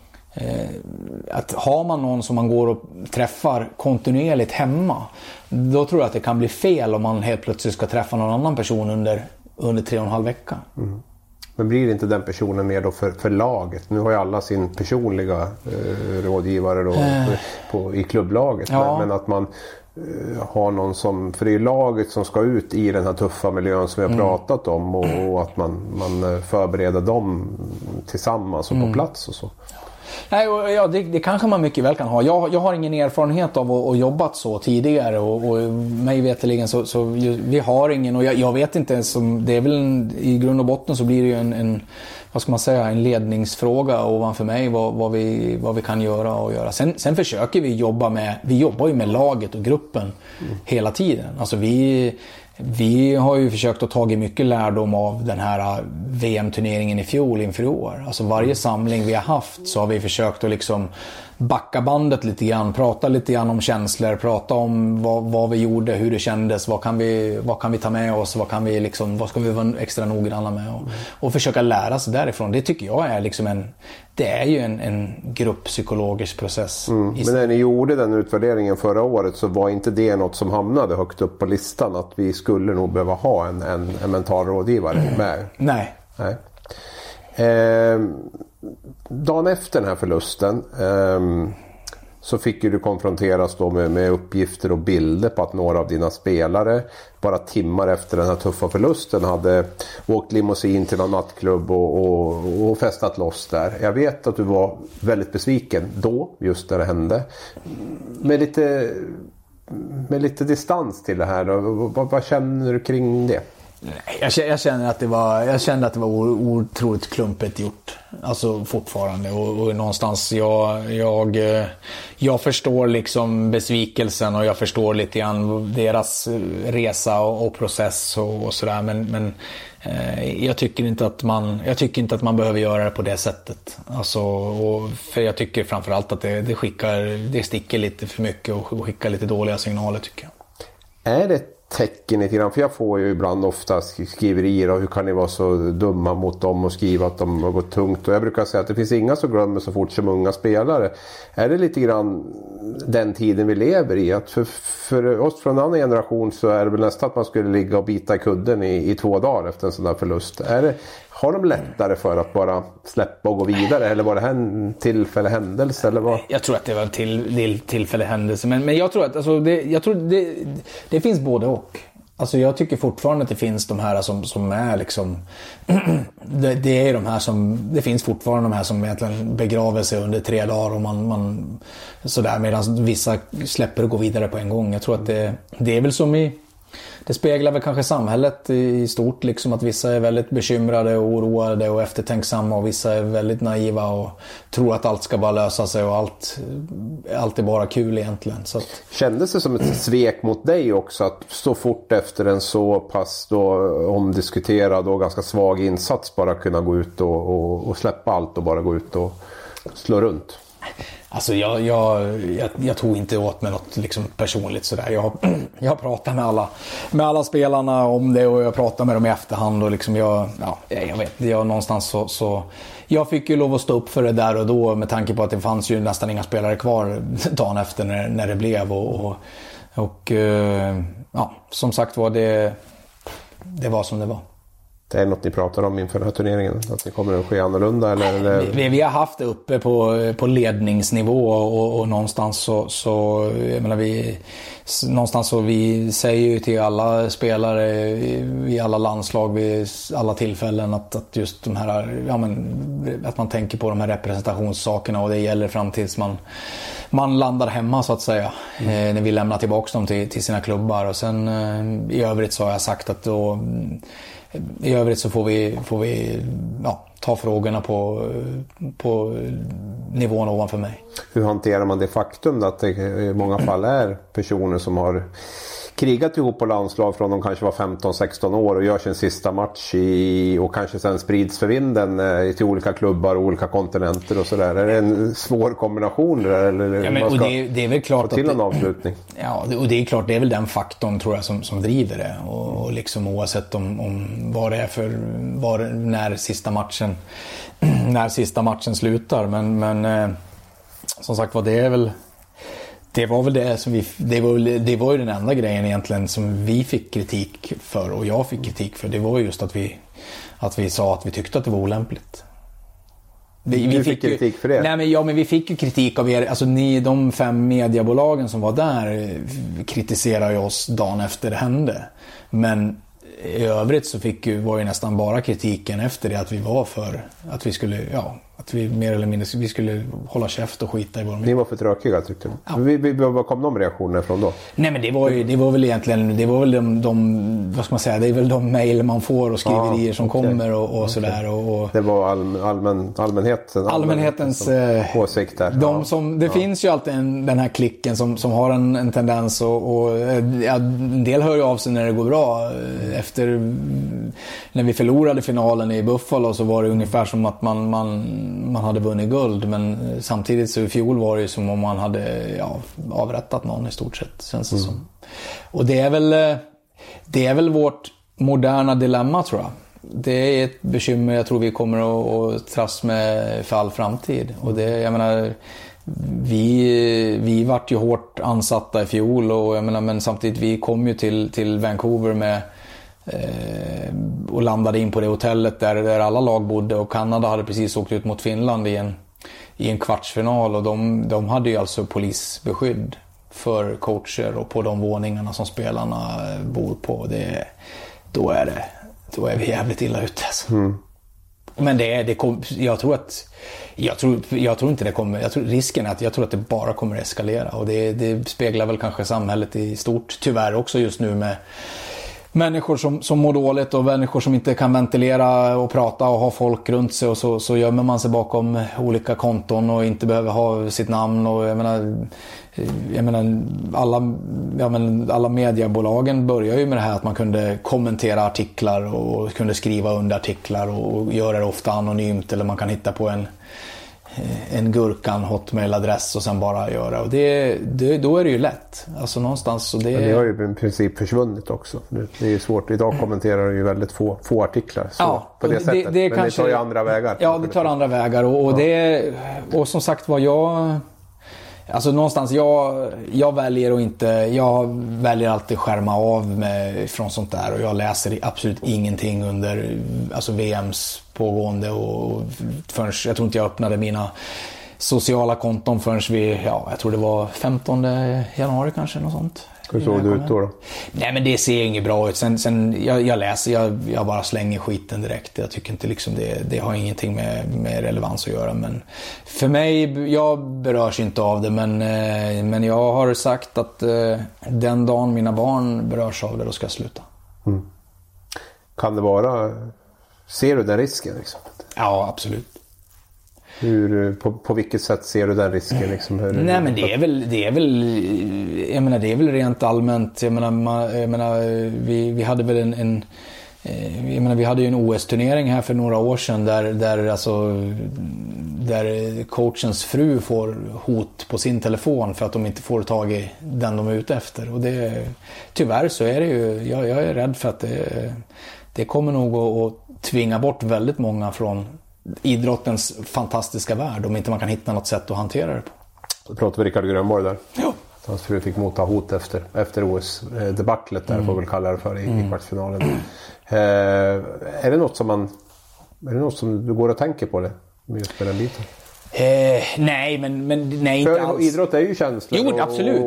har man någon som man går och träffar kontinuerligt hemma, då tror jag att det kan bli fel om man helt plötsligt ska träffa någon annan person under 3,5 veckor. Men blir inte den personen mer då för laget? Nu har ju alla sin personliga rådgivare då, i klubblaget. Ja. Men att man har någon som, för det är laget som ska ut i den här tuffa miljön som vi har pratat om, och att man förbereder dem tillsammans och på plats och så. Nej, det kanske man mycket väl kan ha. Jag har ingen erfarenhet av att jobbat så tidigare, och mig veterligen så vi har ingen, och jag vet inte ens om det är väl i grund och botten så blir det ju en vad ska man säga, en ledningsfråga ovanför mig vad vi kan göra och göra. Sen försöker vi jobbar ju med laget och gruppen hela tiden. Alltså vi har ju försökt att ta mycket lärdom av den här VM-turneringen i fjol inför i år. Alltså varje samling vi har haft så har vi försökt att liksom backa bandet lite grann, prata lite grann om känslor, prata om vad vi gjorde, hur det kändes, vad kan vi ta med oss, vad ska vi vara extra noggranna med, och försöka lära sig därifrån. Det tycker jag är liksom det är ju en grupppsykologisk process. Men när ni gjorde den utvärderingen förra året så var inte det något som hamnade högt upp på listan, att vi skulle nog behöva ha en mental rådgivare med? Nej. Dagen efter den här förlusten så fick ju du konfronteras då med uppgifter och bilder på att några av dina spelare bara timmar efter den här tuffa förlusten hade åkt limousin till någon nattklubb och festat loss där. Jag vet att du var väldigt besviken då, just när det hände. Med lite distans till det här då, vad känner du kring det? Jag känner att det var otroligt klumpigt gjort. Alltså fortfarande. Och någonstans jag förstår liksom besvikelsen och jag förstår lite grann deras resa och process och sådär. Men jag tycker inte att man behöver göra det på det sättet. Alltså, för jag tycker framförallt att det sticker lite för mycket och skickar lite dåliga signaler, tycker jag. Är det tecken lite grann? För jag får ju ibland ofta skriverier och hur kan ni vara så dumma mot dem och skriva att de har gått tungt. Och jag brukar säga att det finns inga som glömmer så fort som unga spelare. Är det lite grann den tiden vi lever i? Att för oss från en annan generation så är det väl nästan att man skulle ligga och bita i kudden i 2 dagar efter en sån där förlust. Har de lättare för att bara släppa och gå vidare? Eller var det här en tillfällig händelse? Eller vad? Jag tror att det var en tillfällig händelse. Men jag tror att det finns både och. Alltså jag tycker fortfarande att det finns de här som är liksom... det är de här som... Det finns fortfarande de här som egentligen begraver sig under 3 dagar. Och man sådär, medan vissa släpper och går vidare på en gång. Jag tror att det är väl som i... Det speglar väl kanske samhället i stort, liksom att vissa är väldigt bekymrade och oroade och eftertänksamma och vissa är väldigt naiva och tror att allt ska bara lösa sig och allt är bara kul egentligen. Så att... Kändes det som ett svek mot dig också att så fort efter en så pass då omdiskuterad och ganska svag insats bara kunna gå ut och släppa allt och bara gå ut och slå runt? Alltså jag tog inte åt mig något liksom personligt sådär. Jag har pratat med alla spelarna om det och jag pratar med dem i efterhand och liksom jag vet, någonstans så jag fick ju lov att stå upp för det där och då, med tanke på att det fanns ju nästan inga spelare kvar dagen efter när det blev och som sagt var det var som det var. Det är något ni pratar om inför den här turneringen? Att det kommer att ske annorlunda? Eller? Vi har haft det uppe på ledningsnivå och någonstans så jag menar vi säger ju till alla spelare i alla landslag vid alla tillfällen att just de här, att man tänker på de här representationssakerna och det gäller fram tills man landar hemma så att säga. När vi lämnar tillbaka dem till sina klubbar och sen i övrigt så har jag sagt att då i övrigt så får vi ta frågorna på nivån ovanför mig. Hur hanterar man det faktum att det i många fall är personer som har krigat ihop på landslag från de kanske var 15-16 år och gör sin sista match och kanske sen sprids för vinden till olika klubbar och olika kontinenter och sådär. Är det en svår kombination där? Eller och det är väl klart till en avslutning? Ja, och det är klart, det är väl den faktorn tror jag som driver det. Och liksom oavsett om vad det är när sista matchen slutar. Men som sagt det var väl det som det var ju den enda grejen egentligen som vi fick kritik för och jag fick kritik för. Det var just att vi sa att vi tyckte att det var olämpligt. Vi fick kritik för det? Nej, men vi fick ju kritik av er. Alltså de 5 mediebolagen som var där kritiserade ju oss dagen efter det hände. Men i övrigt så var ju nästan bara kritiken efter det att vi var för att vi skulle, att vi mer eller mindre vi skulle hålla käft och skita i vår Ni var för tråkiga tyckte du? Ja. Vad kom de reaktionerna från då? Nej, men det var väl egentligen de vad ska man säga, det är väl de mejl man får och skriverier som kommer och sådär och det var allmänhetens åsikt där. Det finns ju alltid den här klicken som har en tendens och en del hör ju av sig när det går bra. Efter när vi förlorade finalen i Buffalo så var det ungefär som att man hade vunnit guld, men samtidigt så i fjol var det ju som om man hade avrättat någon i stort sett, känns det som. Och det är väl vårt moderna dilemma, tror jag. Det är ett bekymmer jag tror vi kommer att trass med för all framtid. Och det, jag menar, vi vart ju hårt ansatta i fjol och jag menar, men samtidigt vi kom ju till Vancouver med och landade in på det hotellet där alla lag bodde och Kanada hade precis åkt ut mot Finland i en kvartsfinal och de hade ju alltså polisbeskydd för coacher och på de våningarna som spelarna bor på. Då är vi jävligt illa ute alltså. Men jag tror inte det kommer. Jag tror risken är att det bara kommer att eskalera och det speglar väl kanske samhället i stort tyvärr också just nu människor som mår dåligt och människor som inte kan ventilera och prata och ha folk runt sig, och så gömmer man sig bakom olika konton och inte behöver ha sitt namn. Och jag menar alla mediebolagen börjar ju med det här att man kunde kommentera artiklar och kunde skriva under artiklar och göra det ofta anonymt, eller man kan hitta på en Gurkan hotmail-adress och sen bara göra, och då är det ju lätt. Alltså någonstans, så det har ju i princip försvunnit också. Det är ju svårt. Idag kommenterar du ju väldigt få artiklar på det sättet. Men kanske, det tar ju andra vägar. Ja, det tar andra vägar och som sagt var alltså någonstans jag väljer alltid skärma av mig från sånt där, och jag läser absolut ingenting under VMs pågående, och förrän jag tror inte jag öppnade mina sociala konton förrän jag tror det var 15 januari kanske, något sånt. Hur såg det ut då? Nej, men det ser inget bra ut. Sen jag läser, jag bara slänger skiten direkt. Jag tycker inte liksom det har ingenting med relevans att göra. Men för mig, jag berörs inte av det. Men jag har sagt att den dagen mina barn berörs av det, då ska jag sluta. Mm. Kan det vara... Ser du den risken liksom? Ja, absolut. På vilket sätt ser du den risken liksom? Nej, men det är väl rent allmänt. Vi hade väl vi hade ju en OS-turnering här för några år sedan där coachens fru får hot på sin telefon för att de inte får tag i den de är ute efter, och tyvärr så är det ju, jag är rädd för att det kommer nog att tvinga bort väldigt många från idrottens fantastiska värld, om inte man kan hitta något sätt att hantera det på. Då pratar vi Rickard Grönborg där. Ja. Hans fru fick motta hot efter OS-debaclet där, får vi väl kalla det för, i kvartsfinalen. Är det något som du går och tänker på det, just med den biten? Nej, men nej, inte alls. Idrott är ju känslor. Jo, absolut.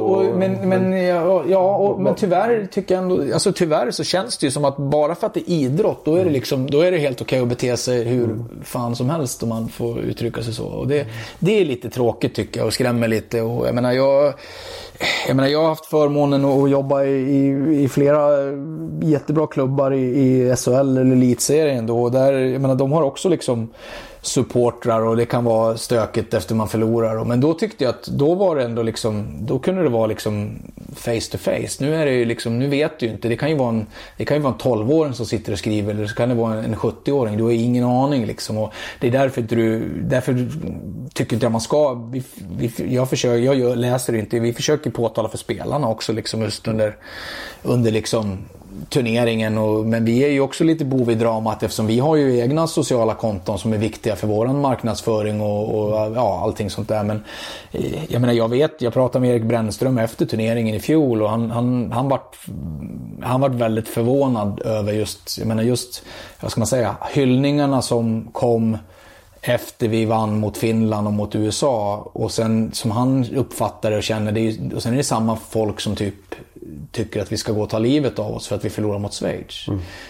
Men tyvärr tycker jag ändå, alltså tyvärr så känns det ju som att bara för att det är idrott, då är det helt okej att bete sig hur fan som helst, om man får uttrycka sig så. Och det är lite tråkigt tycker jag, och skrämmer lite. Och jag har haft förmånen att jobba i flera jättebra klubbar i SHL eller Elitserien då, och där, de har också liksom supportrar, och det kan vara stökigt efter man förlorar. Men då tyckte jag att då var det ändå liksom, då kunde det vara liksom face to face. Nu är det ju liksom, nu vet du ju inte. Det kan ju vara en 12-åring som sitter och skriver, eller så kan det vara en 70-åring. Du har ingen aning liksom, och det är därför tycker inte jag man ska. Jag läser inte. Vi försöker påtala för spelarna också liksom, just under liksom turneringen, men vi är ju också lite bov i dramat, eftersom vi har ju egna sociala konton som är viktiga för våran marknadsföring och allting sånt där. Men jag pratade med Erik Brännström efter turneringen i fjol, och han var väldigt förvånad över just vad ska man säga, hyllningarna som kom efter vi vann mot Finland och mot USA, och sen som han uppfattade och känner det, och sen är det samma folk som tycker att vi ska gå och ta livet av oss för att vi förlorar mot Schweiz.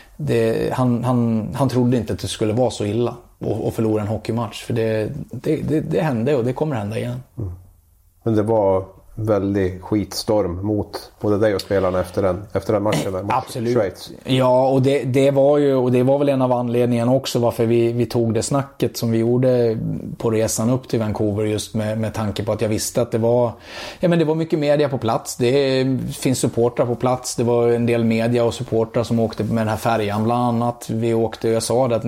Han trodde inte att det skulle vara så illa att förlora en hockeymatch, för det hände, och det kommer hända igen. Men det var väldigt skitstorm mot både dig och spelarna efter den matchen där mot absolut. Schweiz. Ja, och det var väl en av anledningarna också varför vi tog det snacket som vi gjorde på resan upp till Vancouver, just med tanke på att jag visste att det var mycket media på plats. Det finns supportrar på plats. Det var en del media och supportrar som åkte med den här färjan bland annat. Vi åkte, och jag sa det att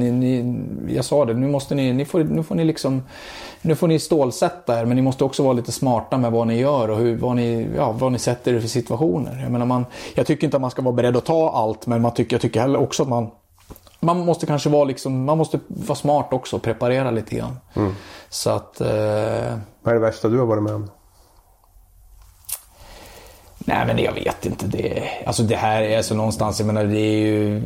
nu får ni stålsätta er, men ni måste också vara lite smarta med vad ni gör och vad ni sätter er för situationer. Jag tycker inte att man ska vara beredd att ta allt, men jag tycker heller också att man måste kanske man måste vara smart också och preparera lite grann. Så att vad är det värsta du har varit med om? Nej, men jag vet inte det. Alltså det här är så någonstans, det är ju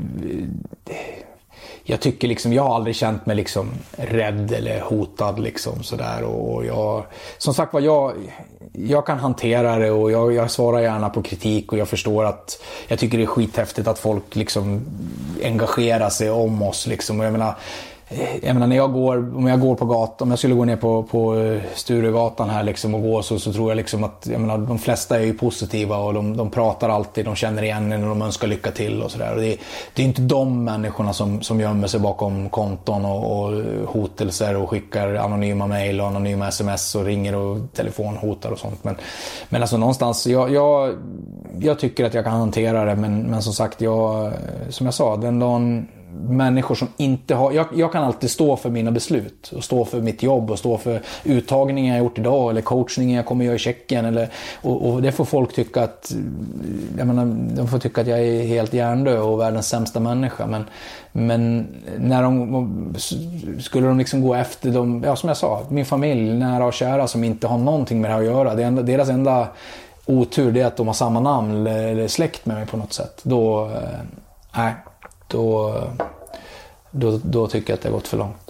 jag tycker liksom, jag har aldrig känt mig liksom rädd eller hotad liksom sådär, och jag, som sagt var, jag kan hantera det, och jag svarar gärna på kritik, och jag förstår att jag tycker det är skithäftigt att folk liksom engagerar sig om oss liksom, och jag menar, jag menar, om jag går på gatan, om jag skulle gå ner på Sturegatan här liksom och gå så tror jag liksom att, jag menar, de flesta är ju positiva och de pratar alltid, de känner igen en och de önskar lycka till och sådär. Det är inte de människorna som gömmer sig bakom konton och hotelser och skickar anonyma mejl och anonyma sms och ringer och telefonhotar och sånt. Men alltså någonstans, jag tycker att jag kan hantera det, men som sagt, som jag sa, den dagen människor som inte har... Jag kan alltid stå för mina beslut och stå för mitt jobb och stå för uttagningen jag gjort idag eller coachningen jag kommer göra i Tjeckien och det får folk tycka att, jag menar, de får tycka att jag är helt hjärndöd och världens sämsta människa, men när skulle de liksom gå efter dem, ja, som jag sa, min familj, nära och kära som inte har någonting med det här att göra, deras enda otur det är att de har samma namn eller släkt med mig på något sätt, då tycker jag att det har gått för långt.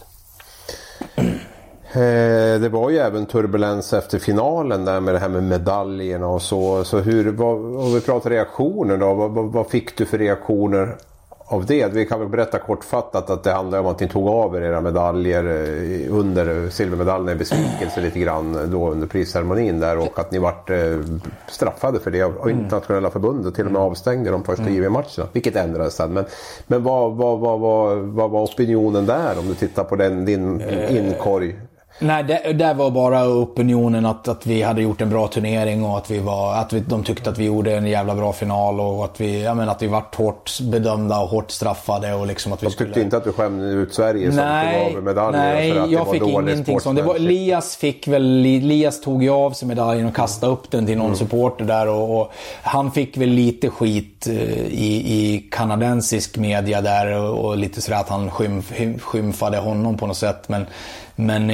Det var ju även turbulens efter finalen där med det här med medaljerna och så om vi pratar reaktioner då, vad fick du för reaktioner av det? Vi kan väl berätta kortfattat att det handlar om att ni tog av era medaljer under silvermedaljerna i besvikelse lite grann då under prisceremonin där, och att ni vart straffade för det av internationella förbundet, till och med avstängde de första JVM-matcherna, vilket ändrades sen. Men vad var opinionen där om du tittar på din inkorg? Nej, det var bara opinionen att vi hade gjort en bra turnering och de tyckte att vi gjorde en jävla bra final och att vi vart hårt bedömda och hårt straffade och liksom att vi tyckte inte att du skämde ut Sverige som tog av medaljer? Nej, för att jag fick ingenting sånt. Lias tog ju av sig medaljen och kastade upp den till någon supporter där och han fick väl lite skit i kanadensisk media där och lite sådär att han skymfade honom på något sätt, men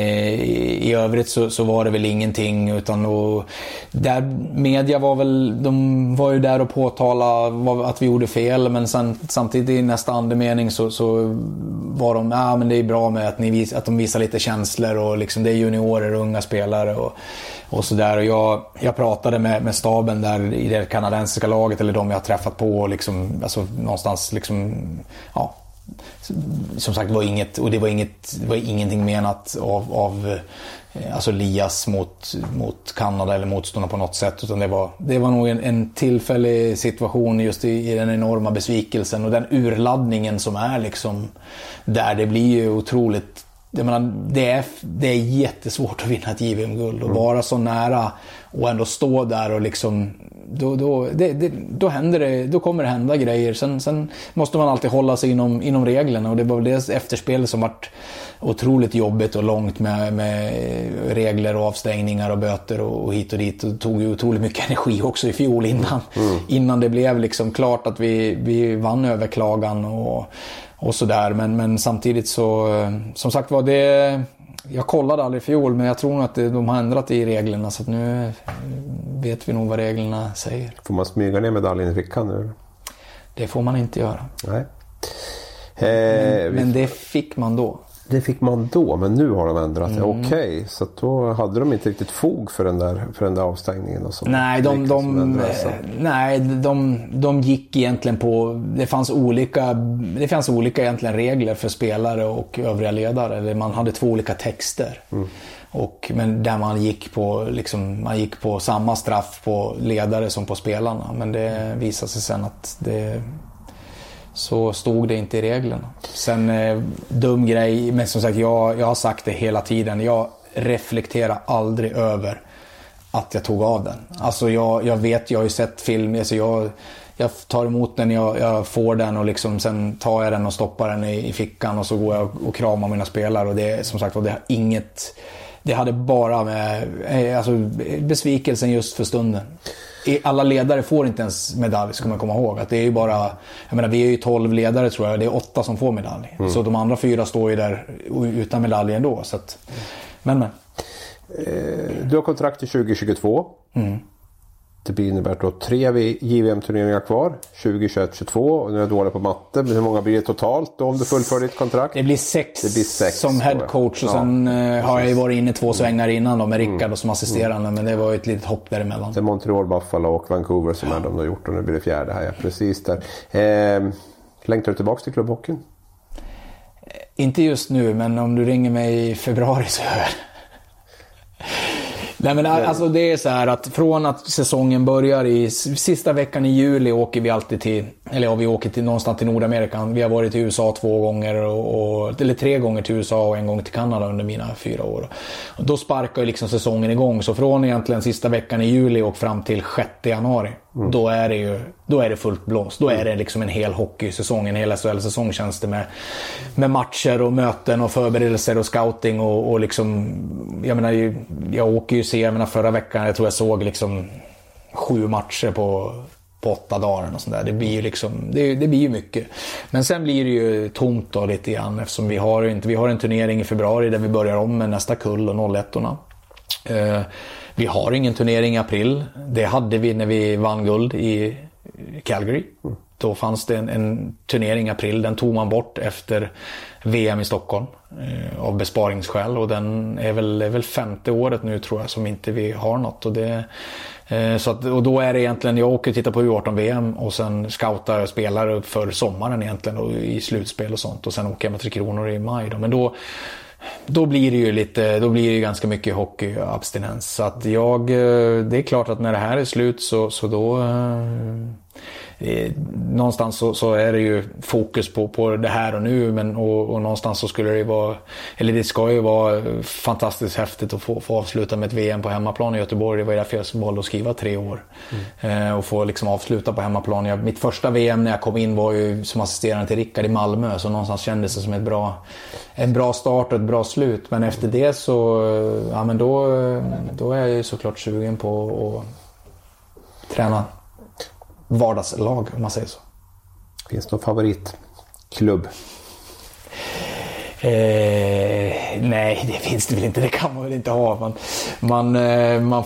i övrigt så var det väl ingenting, utan där media var ju där och påtala att vi gjorde fel, men samtidigt i nästa andemening så var de, men det är bra med att de visar lite känslor och liksom det är juniorer och unga spelare och sådär, och jag pratade med staben där i det kanadensiska laget, eller de jag har träffat på och liksom, alltså någonstans liksom, ja, som sagt var ingenting menat av alltså Lias mot Kanada eller motståndare på något sätt, utan det var nog en tillfällig situation just i den enorma besvikelsen och den urladdningen som är liksom där. Det blir ju otroligt, jag menar, det är jättesvårt att vinna ett JVM-guld och vara så nära och ändå stå där och liksom då händer det, då kommer det hända grejer. Sen måste man alltid hålla sig inom reglerna, och det var väl det efterspel som varit otroligt jobbigt och långt med regler och avstängningar och böter och hit och dit, och tog ju otroligt mycket energi också i fjol innan det blev liksom klart att vi vann överklagan och sådär, men samtidigt så, som sagt var det, jag kollade aldrig i fjol, men jag tror nog att de har ändrat i reglerna, så att nu vet vi nog vad reglerna säger. Får man smyga ner medaljen i fickan nu? Det får man inte göra. Nej. Men det fick man då. Det fick man då, men nu har de ändrat det. Okej, så att då hade de inte riktigt fog för den där avstängningen och så. Nej, de gick egentligen på, det fanns olika egentligen regler för spelare och övriga ledare, eller man hade 2 olika texter. Men där man gick på samma straff på ledare som på spelarna, men det visade sig sen att så stod det inte i reglerna. Sen dum grej, men som sagt, jag har sagt det hela tiden, jag reflekterar aldrig över att jag tog av den. Alltså jag vet, jag har ju sett film, alltså jag tar emot den, jag får den och liksom, sen tar jag den och stoppar den i fickan och så går jag och kramar mina spelare, och det, som sagt, det har inget, det hade bara med alltså besvikelsen just för stunden. Alla ledare får inte ens medalj, ska man komma ihåg. Att det är ju bara, jag menar, vi är ju 12 ledare tror jag, det är 8 som får medalj. Så de andra 4 står ju där utan medalj ändå. Så att, men. Du har kontrakt till 2022. Det innebär då 3 JVM-turneringar kvar. 2021-22, och nu är jag dålig på matte. Hur många blir det totalt då, om du fullför ditt kontrakt? Det blir 6 som headcoach, och sen har jag ju varit inne 2 svängar innan då, med Rickard och som assisterande, men det var ett litet hopp däremellan. Det är Montreal, Buffalo och Vancouver som är de har gjort, och nu blir det 4:e här, precis där. Längtar du tillbaka till klubbhockeyn? Inte just nu, men om du ringer mig i februari så hör jag. Nej, men alltså det är så här att från att säsongen börjar i sista veckan i juli åker vi alltid till, eller vi åker till någonstans till Nordamerika. Vi har varit i USA 2 gånger eller 3 gånger till USA och 1 gång till Kanada under mina 4 år. Och då sparkar ju liksom säsongen igång. Så från egentligen sista veckan i juli och fram till 6 januari, då är det fullt blås. Då är det liksom en hel hockeysäsong, en hel SHL-säsong känns det med matcher och möten och förberedelser och scouting och liksom, jag menar, jag åker ju förra veckan, jag tror jag såg liksom 7 matcher på 8 dagar och sånt där. Det blir ju liksom, det blir ju mycket. Men sen blir det ju tomt då lite grann, eftersom vi har en turnering i februari där vi börjar om med nästa kull och 01-orna. Vi har ingen turnering i april. Det hade vi när vi vann guld i Calgary. Då fanns det en turnering i april. Den tog man bort efter VM i Stockholm av besparingsskäl. Och den är väl 5:e året nu tror jag som inte vi har något. Och då är det egentligen, jag åker och tittar på U18-VM och sen scoutar jag spelare för sommaren egentligen och i slutspel och sånt. Och sen åker jag med 3 Kronor i maj då. Men då blir det ju ganska mycket hockeyabstinens. Så att det är klart att när det här är slut så då någonstans så är det ju fokus på det här och nu, men och någonstans så skulle det vara, eller det ska ju vara fantastiskt häftigt att få avsluta med ett VM på hemmaplan i Göteborg. Det var därför jag valde att skriva 3 år och få liksom avsluta på hemmaplan. Mitt första VM när jag kom in var ju som assisterande till Rickard i Malmö, så någonstans kändes det som en bra start och ett bra slut. Men efter det så ja, men då är jag ju såklart sugen på träna vardagslag, om man säger så. Finns det någon favoritklubb? Nej, det finns det väl inte. Det kan man väl inte ha. Man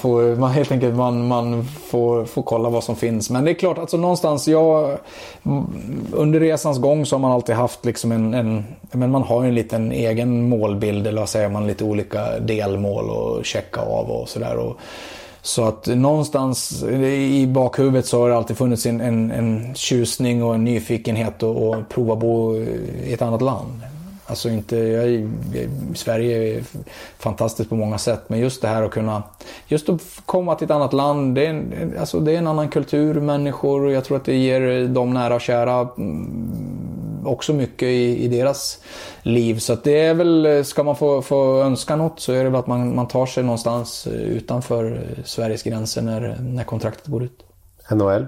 får kolla vad som finns. Men det är klart, alltså någonstans under resans gång så har man alltid haft liksom men man har ju en liten egen målbild, eller vad säger man, lite olika delmål och checka av och sådär. Så att någonstans i bakhuvudet så har det alltid funnits en tjusning och en nyfikenhet och prova bo i ett annat land. Alltså Sverige är fantastiskt på många sätt, men just det här att komma till ett annat land, det är en annan kultur, människor, och jag tror att det ger dem nära och kära också mycket i deras liv. Så att det är väl, ska man få önska något så är det väl att man tar sig någonstans utanför Sveriges gränser när kontraktet går ut. NHL?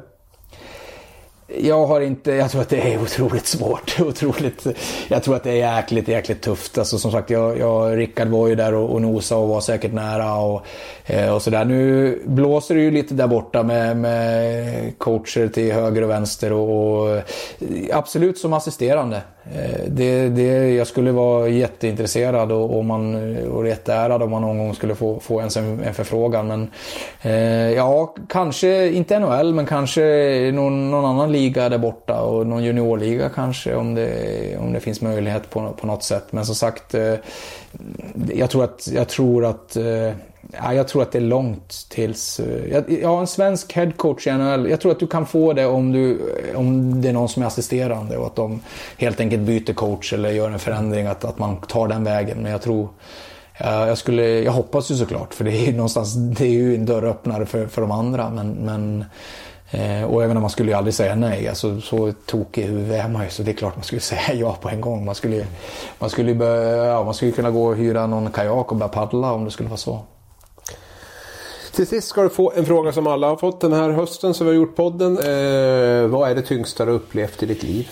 Jag tror att det är otroligt svårt. Jag tror att det är jäkligt tufft. Alltså, som sagt, Rickard var ju där och nosade och var säkert nära och sådär. Nu blåser det ju lite där borta med coacher till höger och vänster och absolut som assisterande. Jag skulle vara jätteintresserad och jätteärad om man någon gång skulle få en förfrågan. Men kanske inte NHL, men kanske någon annan liga där borta och någon juniorliga kanske, om det finns möjlighet på något sätt. Men som sagt, jag tror att det är långt tills en svensk headcoach i NHL. Jag tror att du kan få det om det är någon som är assisterande och att de helt enkelt byter coach eller gör en förändring, att man tar den vägen. Men jag tror jag hoppas ju såklart, för det är ju en dörröppnare för de andra, men och även om man skulle ju aldrig säga nej, alltså så tokig i huvudet är man ju, så det är klart man skulle säga ja på en gång. Man skulle kunna gå och hyra någon kajak och börja paddla om det skulle vara så. Till sist ska du få en fråga som alla har fått den här hösten som vi har gjort podden. Vad är det tyngsta du upplevt i ditt liv?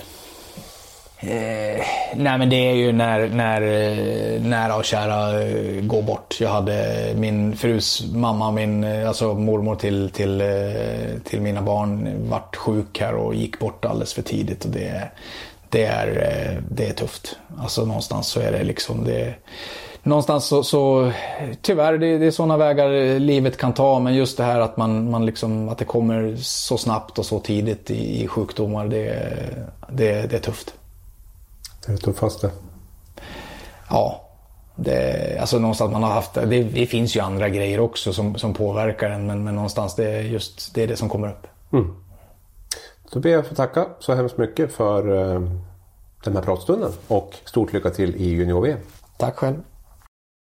Nej, men det är ju när nära och kära går bort. Jag hade min frus mamma, alltså mormor till mina barn, vart sjuk här och gick bort alldeles för tidigt, och det är tufft. Alltså någonstans så är det liksom det. Någonstans så tyvärr det är sådana vägar livet kan ta, men just det här att man liksom, att det kommer så snabbt och så tidigt i sjukdomar, det är tufft. Det är det tuffaste. Ja, alltså någonstans man har haft det finns ju andra grejer också som påverkar en, men någonstans det är det som kommer upp. Så ber jag få tacka så hemskt mycket för den här pratstunden och stort lycka till i junior-VM. Tack själv.